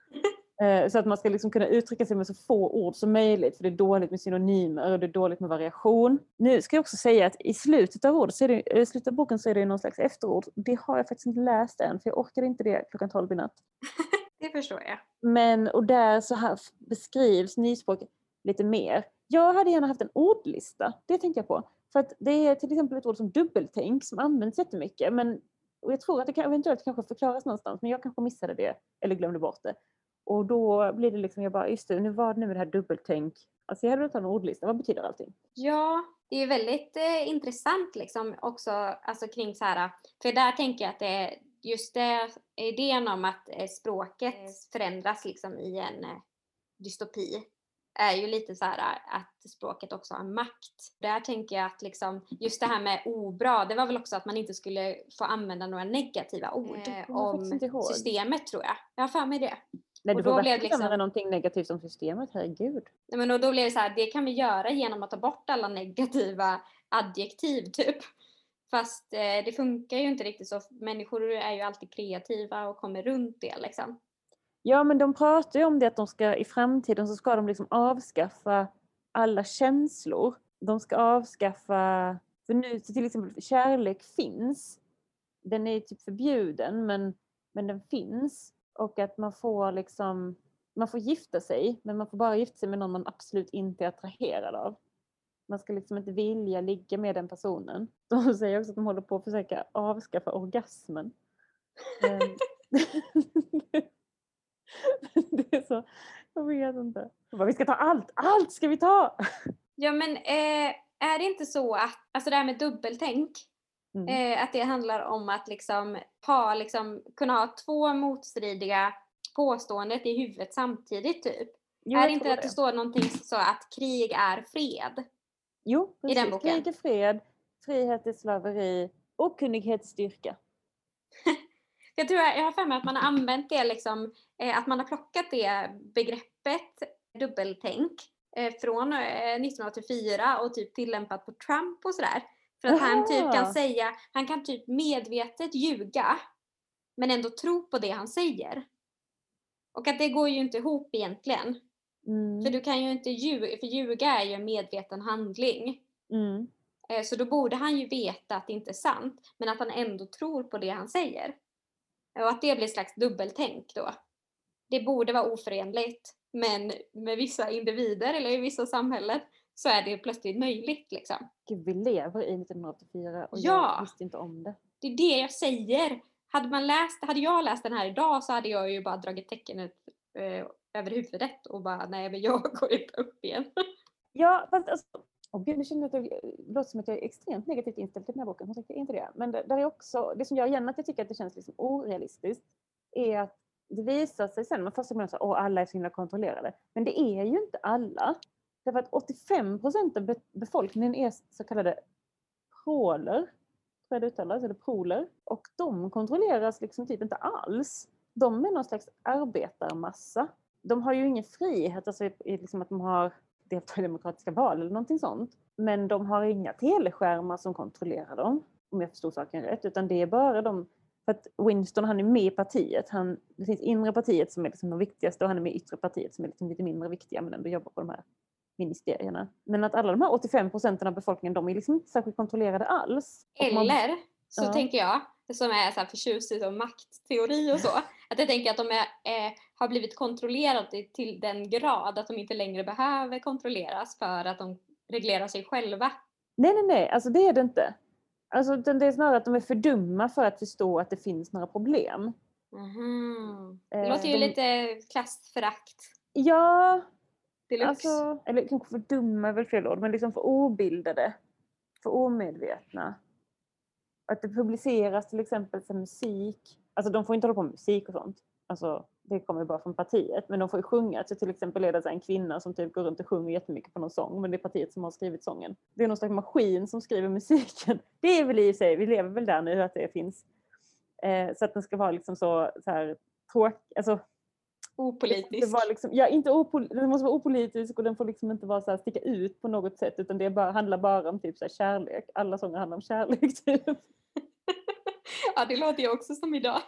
Så att man ska liksom kunna uttrycka sig med så få ord som möjligt. För det är dåligt med synonymer och det är dåligt med variation. Nu ska jag också säga att i slutet av boken så är det någon slags efterord. Det har jag faktiskt inte läst än. För jag orkade inte det klockan 12 i natt.
Det förstår jag.
Och där så här beskrivs nyspråk lite mer. Jag hade gärna haft en ordlista. Det tänkte jag på. För att det är till exempel ett ord som dubbeltänk som används jättemycket. Och jag tror att det eventuellt kanske förklaras någonstans. Men jag kanske missade det. Eller glömde bort det. Och då blir det liksom, jag bara, just det, nu var det nu med det här dubbeltänk. Alltså jag hade velat ha en ordlista. Vad betyder allting?
Ja, det är ju väldigt intressant liksom också alltså kring så här. För där tänker jag att det är just det, idén om att språket förändras liksom i en dystopi. Är ju lite så här att språket också har makt. Där tänker jag att liksom, just det här med obra, det var väl också att man inte skulle få använda några negativa ord om systemet tror jag. Jag har för mig det.
Nej, du får verkligen använda någonting negativt om systemet, herregud.
Nej, men då blev det så här, det kan vi göra genom att ta bort alla negativa adjektiv typ. Fast det funkar ju inte riktigt så. Människor är ju alltid kreativa och kommer runt det liksom.
Ja, men de pratar ju om det att i framtiden så ska de liksom avskaffa alla känslor. De ska avskaffa, för nu till exempel kärlek finns. Den är typ förbjuden men den finns. Och att man får gifta sig, men man får bara gifta sig med någon man absolut inte är attraherad av. Man ska liksom inte vilja ligga med den personen. De säger också att de håller på att försöka avskaffa orgasmen. Det är så, jag vet inte. Vi ska ta allt ska vi ta!
Ja men är det inte så att, alltså det här med dubbeltänk, att det handlar om att liksom kunna ha två motstridiga påståenden i huvudet samtidigt typ? Jo, är det inte att det står någonting så att krig är fred?
Jo, precis. I den boken. Krig är fred, frihet är slaveri, okunnighet styrka.
Jag har för mig att man har använt det liksom, att man har plockat det begreppet dubbeltänk från 1984 och typ tillämpat på Trump och sådär. För att han kan typ medvetet ljuga men ändå tro på det han säger. Och att det går ju inte ihop egentligen. För du kan ju inte ljuga är ju en medveten handling. Så då borde han ju veta att det inte är sant, men att han ändå tror på det han säger. Och att det blir ett slags dubbeltänk då. Det borde vara oförenligt, men med vissa individer eller i vissa samhällen så är det plötsligt möjligt liksom.
Gud, vi lever i 1984 och jag visste inte om det.
Det är det jag säger. Hade jag läst den här idag så hade jag ju bara dragit tecknet över huvudet och bara, nej men jag går inte upp igen.
Ja, fast alltså, Och gud, nu känner jag att det låter som att jag är extremt negativt inställd till den här boken. Hon säger inte det. Men där är också, det som gör igen att jag tycker att det känns liksom orealistiskt är att det visar sig sen, man första gången så alla är så himla kontrollerade. Men det är ju inte alla. Därför att 85% av befolkningen är så kallade proler, tror jag det uttalas, eller proler. Och de kontrolleras liksom typ inte alls. De är någon slags arbetarmassa. De har ju ingen frihet, alltså liksom att de har deltagit i demokratiska val eller någonting sånt. Men de har inga teleskärmar som kontrollerar dem, om jag förstår saken rätt. Utan det är bara de, för att Winston, han är med i partiet. Det finns inre partiet som är liksom de viktigaste och han är med i yttre partiet som är liksom lite mindre viktiga men ändå jobbar på de här ministerierna. Men att alla de här 85% av befolkningen, de är liksom inte särskilt kontrollerade alls.
Eller så tänker jag, som är så här förtjust i maktteori och så, att jag tänker att de har blivit kontrollerade till den grad att de inte längre behöver kontrolleras för att de reglerar sig själva.
Nej, alltså det är det inte. Alltså det är snarare att de är för dumma för att förstå att det finns några problem.
Det låter ju lite klassförakt.
Ja, alltså, eller kanske för dumma är väl fel ord, men liksom för obildade, för omedvetna. Att det publiceras till exempel för musik. Alltså de får inte hålla på med musik och sånt. Alltså det kommer bara från partiet. Men de får ju sjunga. Så till exempel är det en kvinna som typ går runt och sjunger jättemycket på någon sång. Men det är partiet som har skrivit sången. Det är någon slags maskin som skriver musiken. Det är väl i sig, vi lever väl där nu att det finns. Så att den ska vara liksom så här alltså
opolitisk.
Det var liksom, den måste vara opolitisk och den får liksom inte vara så här, sticka ut på något sätt. Utan det handlar bara om typ så här, kärlek. Alla sånger handlar om kärlek typ.
Ja, det låter ju också som idag.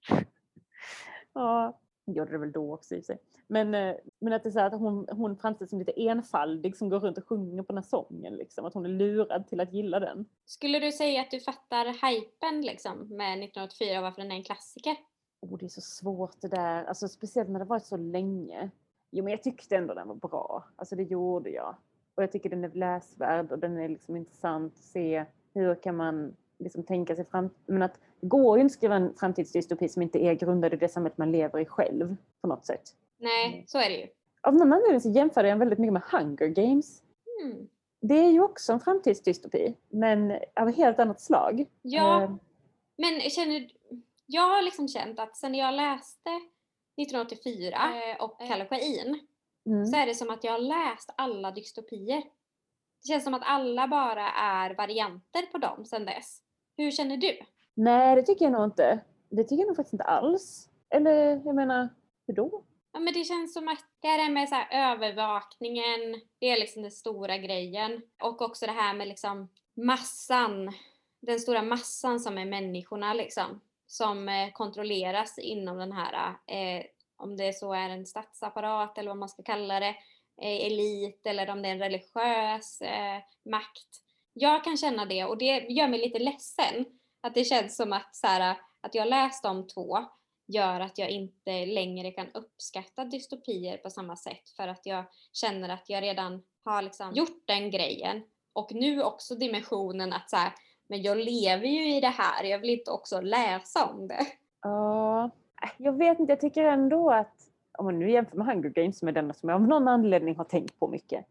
Ja, gjorde det väl då också i sig. Men att det är så här att hon framställs som lite enfaldig som går runt och sjunger på den här sången. Liksom, att hon är lurad till att gilla den.
Skulle du säga att du fattar hypen liksom, med 1984 och varför den är en klassiker?
Det är så svårt det där. Alltså, speciellt när det varit så länge. Jo, men jag tyckte ändå den var bra. Alltså det gjorde jag. Och jag tycker den är läsvärd och den är liksom intressant att se hur kan man liksom tänka sig men att det går ju inte att skriva en framtidsdystopi som inte är grundad i det samhället man lever i själv på något sätt.
Nej, så är det ju.
Av någon anledning så jämför jag väldigt mycket med Hunger Games. Det är ju också en framtidsdystopi, men av ett helt annat slag.
Ja, men jag har liksom känt att sen jag läste 1984 och Kallocain så är det som att jag har läst alla dystopier. Det känns som att alla bara är varianter på dem sen dess. Hur känner du?
Nej, det tycker jag nog inte. Det tycker jag nog faktiskt inte alls. Eller, jag menar, hur då?
Ja, men det känns som att det här med så här övervakningen, det är liksom den stora grejen. Och också det här med liksom massan, den stora massan som är människorna liksom. Som kontrolleras inom den här, om det så är en statsapparat eller vad man ska kalla det, elit eller om det är en religiös makt. Jag kan känna det och det gör mig lite ledsen. Att det känns som att, så här, att jag läst de två gör att jag inte längre kan uppskatta dystopier på samma sätt. För att jag känner att jag redan har liksom gjort den grejen. Och nu också dimensionen att så här, men jag lever ju i det här. Jag vill inte också läsa om det.
Ja, jag vet inte. Jag tycker ändå att om man nu jämför med Hunger Games som är den som jag av någon anledning har tänkt på mycket.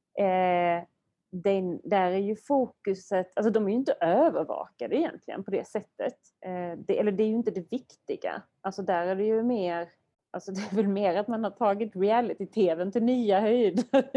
Där är ju fokuset, alltså de är ju inte övervakade egentligen på det sättet. Det är ju inte det viktiga. Alltså där är det ju mer, alltså det är väl mer att man har tagit reality-tvn till nya höjder.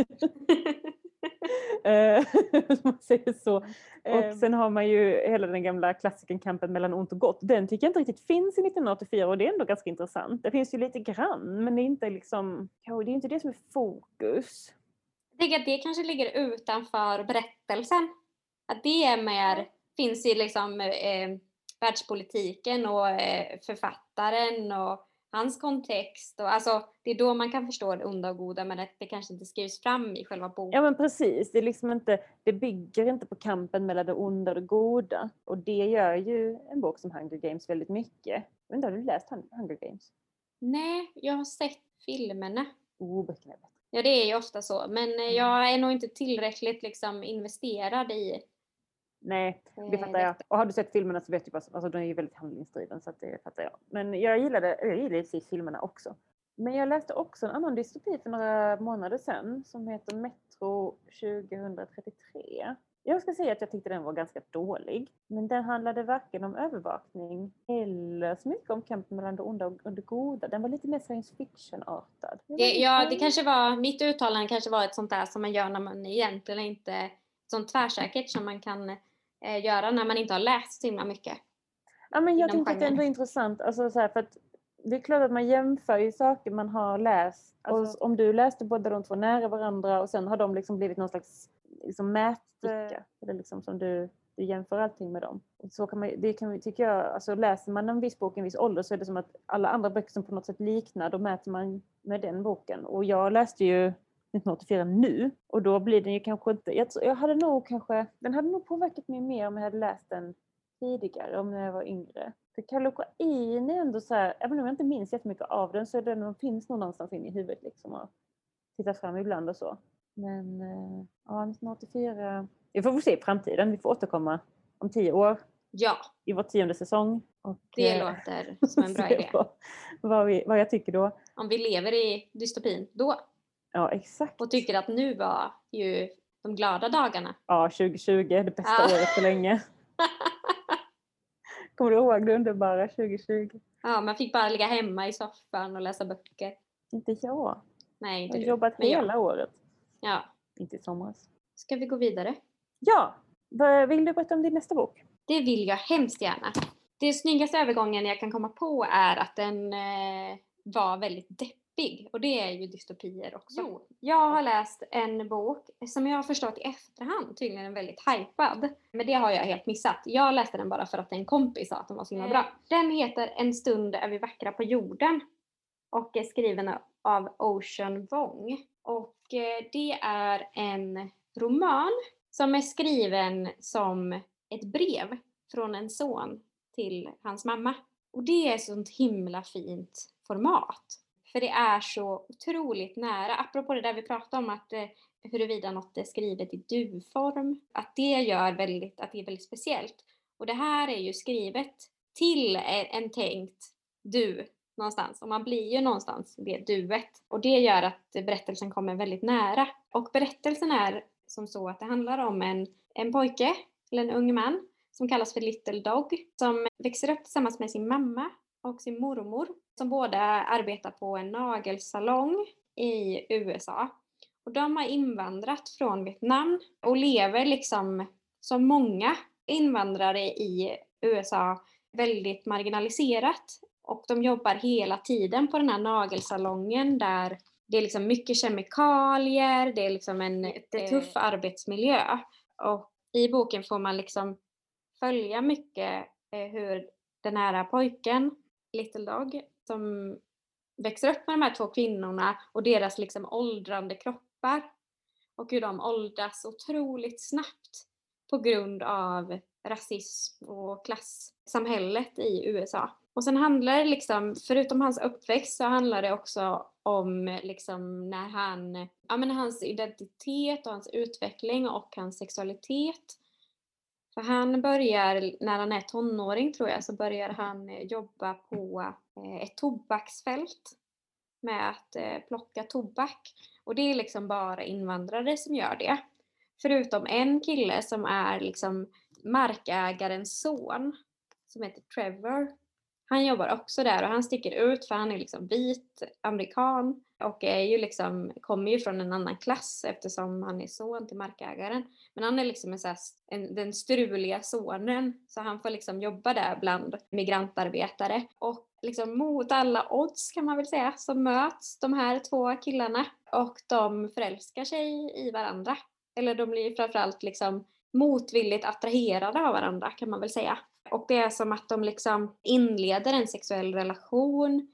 Man säger så. Och sen har man ju hela den gamla klassiken Kampen mellan ont och gott. Den tycker jag inte riktigt finns i 1984 och det är ändå ganska intressant. Det finns ju lite grann, men det är inte liksom, det är inte det som är fokus.
Jag tänker att det kanske ligger utanför berättelsen. Att det är mer, finns i liksom världspolitiken och författaren och hans kontext. Och, alltså, det är då man kan förstå det onda och goda, men att det kanske inte skrivs fram i själva boken.
Ja, men precis. Det är liksom inte, det bygger inte på kampen mellan det onda och det goda. Och det gör ju en bok som Hunger Games väldigt mycket. Men har du läst Hunger Games?
Nej, jag har sett filmerna.
Böckerna är bättre.
Ja, det är ju ofta så. Men jag är nog inte tillräckligt liksom investerad i.
Nej, det fattar jag. Och har du sett filmerna så vet du bara, alltså de är ju väldigt handlingsdriven så att det fattar jag. Men jag gillar precis filmerna också. Men jag läste också en annan dystopi för några månader sedan som heter Metro 2033. Jag ska säga att jag tyckte den var ganska dålig. Men den handlade varken om övervakning eller så mycket om kampen mellan det onda och det goda. Den var lite mer science fiction-artad.
Det kanske var, mitt uttalande kanske var ett sånt där som man gör när man egentligen inte, sånt tvärsäkert som man kan göra när man inte har läst så himla mycket.
Ja, men jag tänkte att det är ändå intressant. Alltså, så här, för att det är klart att man jämför ju saker man har läst. Alltså, om du läste båda de två nära varandra och sen har de liksom blivit någon slags liksom mätsticka. Eller liksom som du jämför allting med dem. Och så kan man, tycker jag, alltså läser man en viss bok i en viss ålder så är det som att alla andra böcker som på något sätt liknar, då mäter man med den boken. Och jag läste ju 1984 nu och då blir den ju kanske inte, jag hade nog kanske, den hade nog påverkat mig mer om jag hade läst den tidigare, om jag var yngre. För Kallocain är ändå så här, även om jag inte minns jättemycket av den så är den finns nog någonstans in i huvudet liksom och tittar fram ibland och så. Men ja, 1984, vi får väl se i framtiden, vi får återkomma om 10 år.
Ja.
I vår 10:e säsong. Och,
det låter som en bra idé.
Vad jag tycker då.
Om vi lever i dystopin då.
Ja, exakt.
Och tycker att nu var ju de glada dagarna.
Ja, 2020, det bästa året för länge. Kommer du ihåg det underbara 2020?
Ja, man fick bara ligga hemma i soffan och läsa böcker.
Inte jag.
Nej, inte
jag har
du.
jobbat hela året.
Ja.
Inte i somras.
Ska vi gå vidare?
Ja! Vill du berätta om din nästa bok?
Det vill jag hemskt gärna. Det snyggaste övergången jag kan komma på är att den var väldigt deppig. Och det är ju dystopier också. Jo, jag har läst en bok som jag har förstått i efterhand tydligen är väldigt hypad. Men det har jag helt missat. Jag läste den bara för att en kompis sa att den var så himla bra. Den heter En stund är vi vackra på jorden. Och är skriven av Ocean Vuong. Och det är en roman som är skriven som ett brev från en son till hans mamma. Och det är ett sånt himla fint format. För det är så otroligt nära. Apropå det där vi pratade om att huruvida något är skrivet i du-form. Att det gör att det är väldigt speciellt. Och det här är ju skrivet till en tänkt du någonstans. Och man blir ju någonstans det duet. Och det gör att berättelsen kommer väldigt nära. Och berättelsen är som så att det handlar om en pojke eller en ung man som kallas för Little Dog. Som växer upp tillsammans med sin mamma och sin mormor. Som båda arbetar på en nagelsalong i USA. Och de har invandrat från Vietnam och lever liksom som många invandrare i USA väldigt marginaliserat. Och de jobbar hela tiden på den här nagelsalongen där det är liksom mycket kemikalier, det är liksom en tuff arbetsmiljö. Och i boken får man liksom följa mycket hur den här pojken, Little Dog, som växer upp med de här två kvinnorna och deras liksom åldrande kroppar. Och hur de åldras otroligt snabbt på grund av rasism och klassamhället i USA. Och sen handlar det liksom, förutom hans uppväxt så handlar det också om liksom när hans identitet och hans utveckling och hans sexualitet. För han börjar, när han är tonåring tror jag, så börjar han jobba på ett tobaksfält med att plocka tobak. Och det är liksom bara invandrare som gör det. Förutom en kille som är liksom markägarens son som heter Trevor. Han jobbar också där och han sticker ut för han är liksom vit amerikan och är ju liksom, kommer ju från en annan klass eftersom han är son till markägaren. Men han är liksom den struliga sonen så han får liksom jobba där bland migrantarbetare. Och liksom mot alla odds kan man väl säga så möts de här två killarna och de förälskar sig i varandra. Eller de blir framförallt liksom motvilligt attraherade av varandra kan man väl säga. Och det är som att de liksom inleder en sexuell relation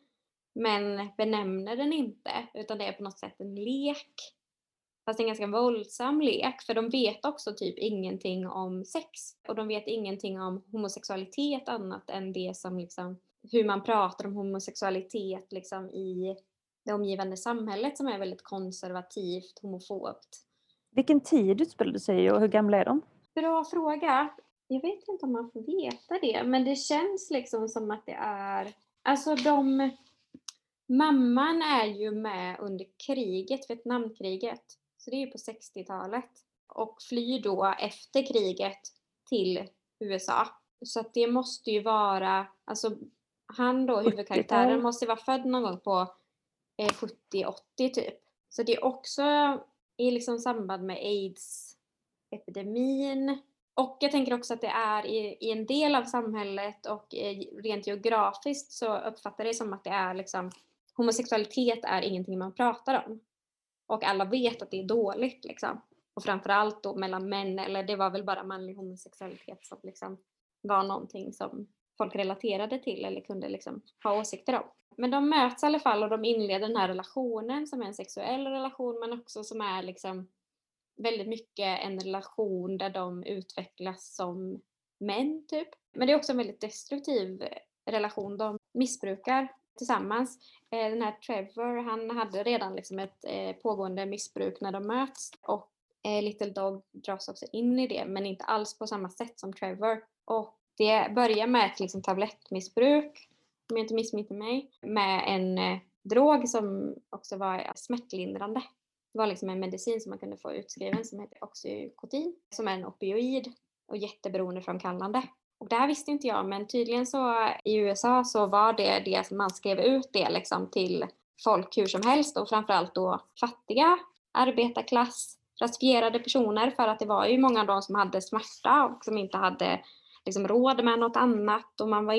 men benämner den inte utan det är på något sätt en lek. Fast en ganska våldsam lek för de vet också typ ingenting om sex. Och de vet ingenting om homosexualitet annat än det som liksom hur man pratar om homosexualitet liksom i det omgivande samhället som är väldigt konservativt, homofobt.
Vilken tid utspelade sig och hur gamla är de?
Bra fråga. Jag vet inte om man får veta det, men det känns liksom som att det är... Alltså Mamman är ju med under kriget, Vietnamkriget. Så det är ju på 60-talet. Och flyr då efter kriget till USA. Så att det måste ju vara, alltså han då, huvudkaraktären, måste vara född någon gång på 70-80 typ. Så det är också i liksom samband med AIDS-epidemin. Och jag tänker också att det är i en del av samhället och rent geografiskt så uppfattar det som att det är liksom, homosexualitet är ingenting man pratar om. Och alla vet att det är dåligt liksom. Och framförallt då mellan män, eller det var väl bara manlig homosexualitet som liksom var någonting som folk relaterade till eller kunde liksom ha åsikter om. Men de möts i alla fall och de inleder den här relationen som är en sexuell relation men också som är liksom väldigt mycket en relation där de utvecklas som män typ. Men det är också en väldigt destruktiv relation. De missbrukar tillsammans. Den här Trevor, han hade redan liksom ett pågående missbruk när de möts och Little Dog dras också in i det men inte alls på samma sätt som Trevor. Och det börjar med ett liksom tablettmissbruk, om jag inte missminner mig, med en drog som också var smärtlindrande. Det var liksom en medicin som man kunde få utskriven som heter Oxycontin, som är en opioid och jätteberoendeframkallande. Och det här visste inte jag, men tydligen så i USA så var det som man skrev ut det liksom till folk hur som helst och framförallt då fattiga, arbetarklass, rasifierade personer för att det var ju många av dem som hade smärta och som inte hade liksom råd med något annat och man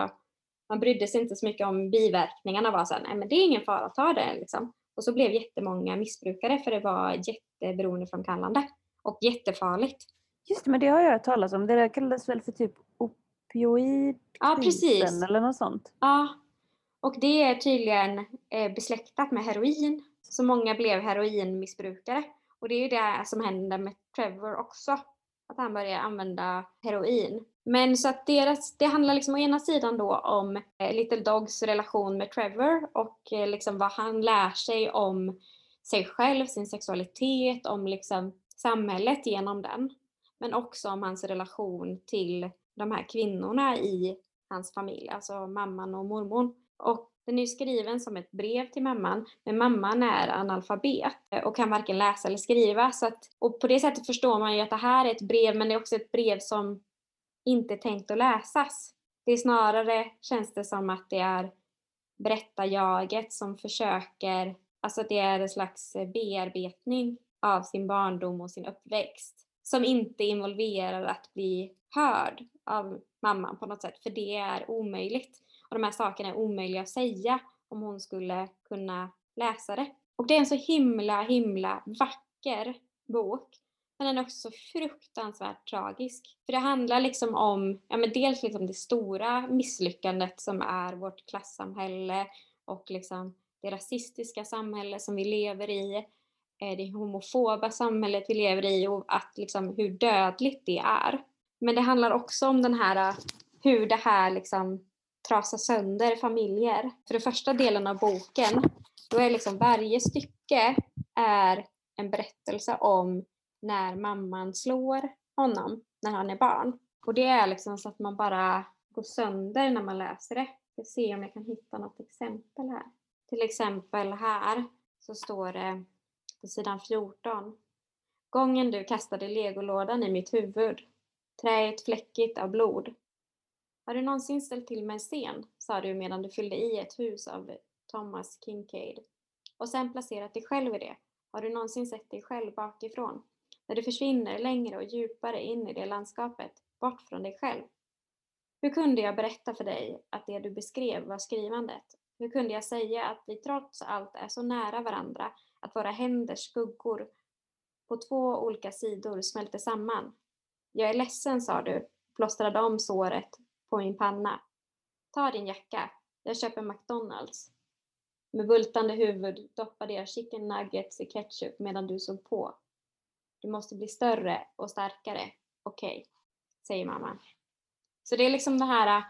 brydde sig inte så mycket om biverkningarna, var så här, nej men det är ingen fara, ta det liksom. Och så blev jättemånga missbrukare för det var jätteberoendeframkallande och jättefarligt.
Just det, men det har jag hört talas om. Det där kallades väl för typ opioidkrisen
ja, precis.
Eller något sånt.
Ja, och det är tydligen besläktat med heroin. Så många blev heroinmissbrukare. Och det är ju det som händer med Trevor också. Att han börjar använda heroin. Men så att det handlar liksom å ena sidan då om Little Dogs relation med Trevor och liksom vad han lär sig om sig själv, sin sexualitet, om liksom samhället genom den. Men också om hans relation till de här kvinnorna i hans familj, alltså mamman och mormor. Och den är ju skriven som ett brev till mamman, men mamman är analfabet och kan varken läsa eller skriva. Och på det sättet förstår man ju att det här är ett brev, men det är också ett brev som inte är tänkt att läsas. Det är snarare, känns det som att det är berättarjaget som försöker, alltså det är en slags bearbetning av sin barndom och sin uppväxt. Som inte involverar att bli hörd av mamman på något sätt, för det är omöjligt. Och de här sakerna är omöjliga att säga om hon skulle kunna läsa det. Och det är en så himla vacker bok. Men den är också så fruktansvärt tragisk. För det handlar liksom om, dels liksom det stora misslyckandet som är vårt klassamhälle och liksom det rasistiska samhälle som vi lever i. Det homofoba samhället vi lever i och att liksom hur dödligt det är. Men det handlar också om den här, hur det här liksom trasar sönder familjer. För den första delen av boken, då är liksom varje stycke är en berättelse om när mamman slår honom när han är barn. Och det är liksom så att man bara går sönder när man läser det. Jag ska se om jag kan hitta något exempel här. Till exempel här så står det på sidan 14. Gången du kastade legolådan i mitt huvud. Träet fläckigt av blod. Har du någonsin ställt till med en scen, sa du medan du fyllde i ett hus av Thomas Kincaid. Och sen placerat dig själv i det. Har du någonsin sett dig själv bakifrån? När du försvinner längre och djupare in i det landskapet, bort från dig själv. Hur kunde jag berätta för dig att det du beskrev var skrivandet? Hur kunde jag säga att vi trots allt är så nära varandra att våra händers skuggor på två olika sidor smälter samman? Jag är ledsen, sa du, plåstrade om såret på min panna. Ta din jacka, jag köper McDonalds. Med bultande huvud doppade jag chicken nuggets i ketchup medan du såg på. Du måste bli större och starkare. Okej, säger mamma. Så det är liksom det här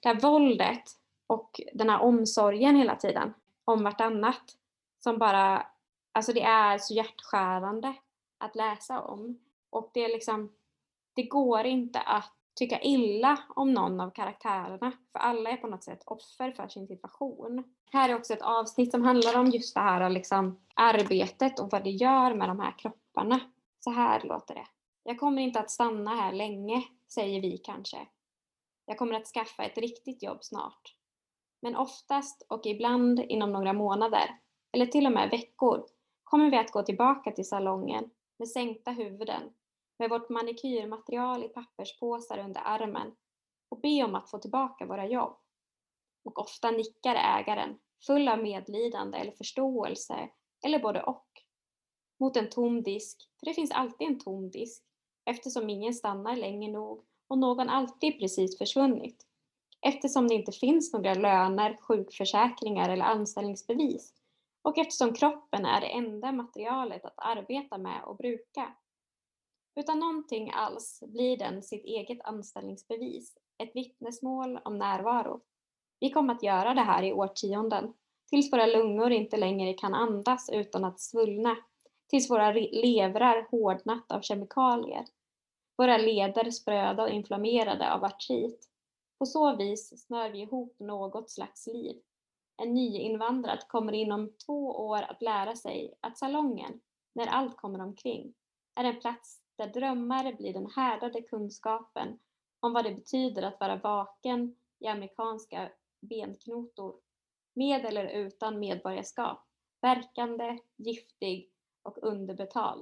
våldet och den här omsorgen hela tiden om vartannat som bara, alltså det är så hjärtskärande att läsa om. Och det är liksom, det går inte att tycka illa om någon av karaktärerna. För alla är på något sätt offer för sin situation. Här är också ett avsnitt som handlar om just det här liksom, arbetet och vad det gör med de här kropparna. Så här låter det. Jag kommer inte att stanna här länge, säger vi kanske. Jag kommer att skaffa ett riktigt jobb snart. Men oftast och ibland inom några månader, eller till och med veckor, kommer vi att gå tillbaka till salongen med sänkta huvuden, med vårt manikyrmaterial i papperspåsar under armen och be om att få tillbaka våra jobb. Och ofta nickar ägaren, full av medlidande eller förståelse, eller både och. Mot en tom disk, för det finns alltid en tom disk, eftersom ingen stannar länge nog och någon alltid precis försvunnit. Eftersom det inte finns några löner, sjukförsäkringar eller anställningsbevis. Och eftersom kroppen är det enda materialet att arbeta med och bruka. Utan någonting alls blir den sitt eget anställningsbevis, ett vittnesmål om närvaro. Vi kommer att göra det här i årtionden, tills våra lungor inte längre kan andas utan att svullna, tills våra levrar hårdnat av kemikalier, våra leder spröda och inflammerade av artrit. På så vis snör vi ihop något slags liv. En nyinvandrad kommer inom 2 år att lära sig att salongen, när allt kommer omkring, är en plats där drömmar blir den härdade kunskapen om vad det betyder att vara vaken i amerikanska benknotor, med eller utan medborgarskap, verkande, giftig och underbetald.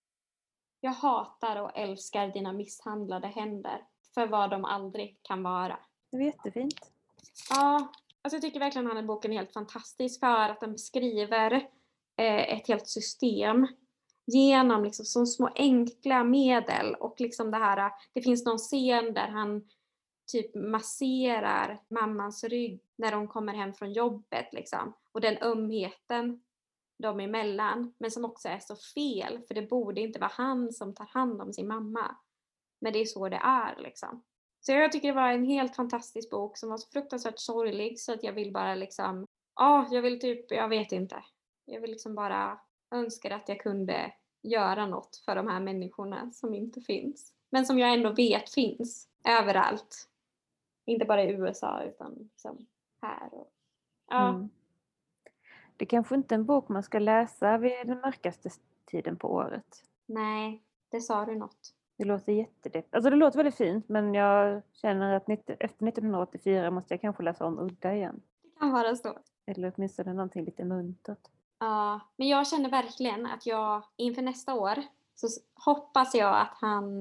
Jag hatar och älskar dina misshandlade händer för vad de aldrig kan vara.
Det var jättefint.
Ja, alltså jag tycker verkligen att den här boken är helt fantastisk för att den beskriver ett helt system genom liksom så små enkla medel och liksom det här, det finns någon scen där han typ masserar mammans rygg när de kommer hem från jobbet liksom. Och den ömheten de emellan, men som också är så fel, för det borde inte vara han som tar hand om sin mamma. Men det är så det är liksom. Så jag tycker det var en helt fantastisk bok som var så fruktansvärt sorglig så att jag vill bara liksom, jag vill typ, jag vet inte. Jag vill liksom bara önska att jag kunde göra något för de här människorna som inte finns. Men som jag ändå vet finns överallt. Inte bara i USA utan liksom här. Och, ja.
Mm. Det kanske inte är en bok man ska läsa vid den mörkaste tiden på året.
Nej, det sa du något.
Det låter jättedeppigt. Alltså det låter väldigt fint, men jag känner att efter 1984 måste jag kanske läsa om Udda igen.
Det kan vara så.
Eller åtminstone någonting lite muntert.
Ja, men jag känner verkligen att jag inför nästa år så hoppas jag att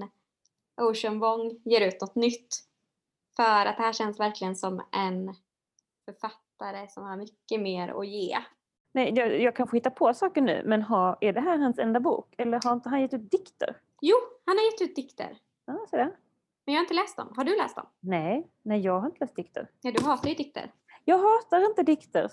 Ocean Vuong ger ut något nytt. För att det här känns verkligen som en författare som har mycket mer att ge.
Nej, jag kanske hittar på saker nu, men är det här hans enda bok? Eller har inte han gett ut dikter?
Jo, han har gett ut dikter.
Ja, så det.
Men jag har inte läst dem. Har du läst dem?
Nej, jag har inte läst dikter.
Ja, du hatar ju dikter.
Jag hatar inte dikter.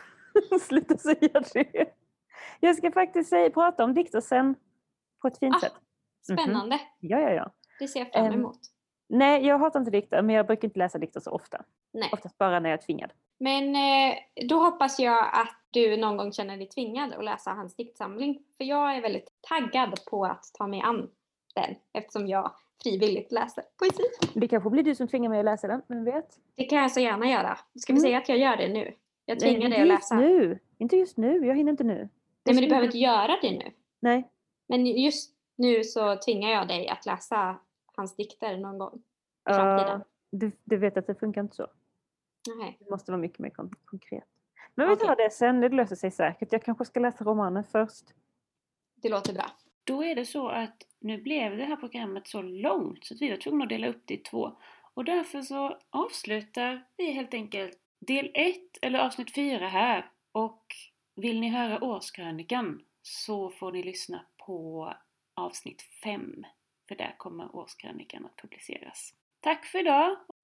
Sluta säga det. Jag ska faktiskt prata om dikter sen på ett fint sätt.
Spännande.
Ja.
Det ser jag fram emot.
Nej, jag hatar inte dikter, men jag brukar inte läsa dikter så ofta.
Nej.
Oftast bara när jag är tvingad.
Men då hoppas jag att du någon gång känner dig tvingad att läsa hans diktsamling. För jag är väldigt taggad på att ta mig an den, eftersom jag frivilligt läser poesi.
Det kanske blir du som tvingar mig att läsa den, men vet.
Det kan jag så gärna göra. Ska vi säga att jag gör det nu? Jag tvingar dig att läsa.
Inte just nu, jag hinner inte nu.
Nej, men du behöver inte göra det nu.
Nej.
Men just nu så tvingar jag dig att läsa hans dikter någon gång i framtiden.
Du vet att det funkar inte så.
Nej.
Det måste vara mycket mer konkret. Men vi tar det sen, det löser sig säkert. Jag kanske ska läsa romanen först.
Det låter bra.
Då är det så att nu blev det här programmet så långt så att vi var tvungna att dela upp det i 2. Och därför så avslutar vi helt enkelt del 1 eller avsnitt 4 här. Och vill ni höra årskrönikan så får ni lyssna på avsnitt 5. För där kommer årskrönikan att publiceras. Tack för idag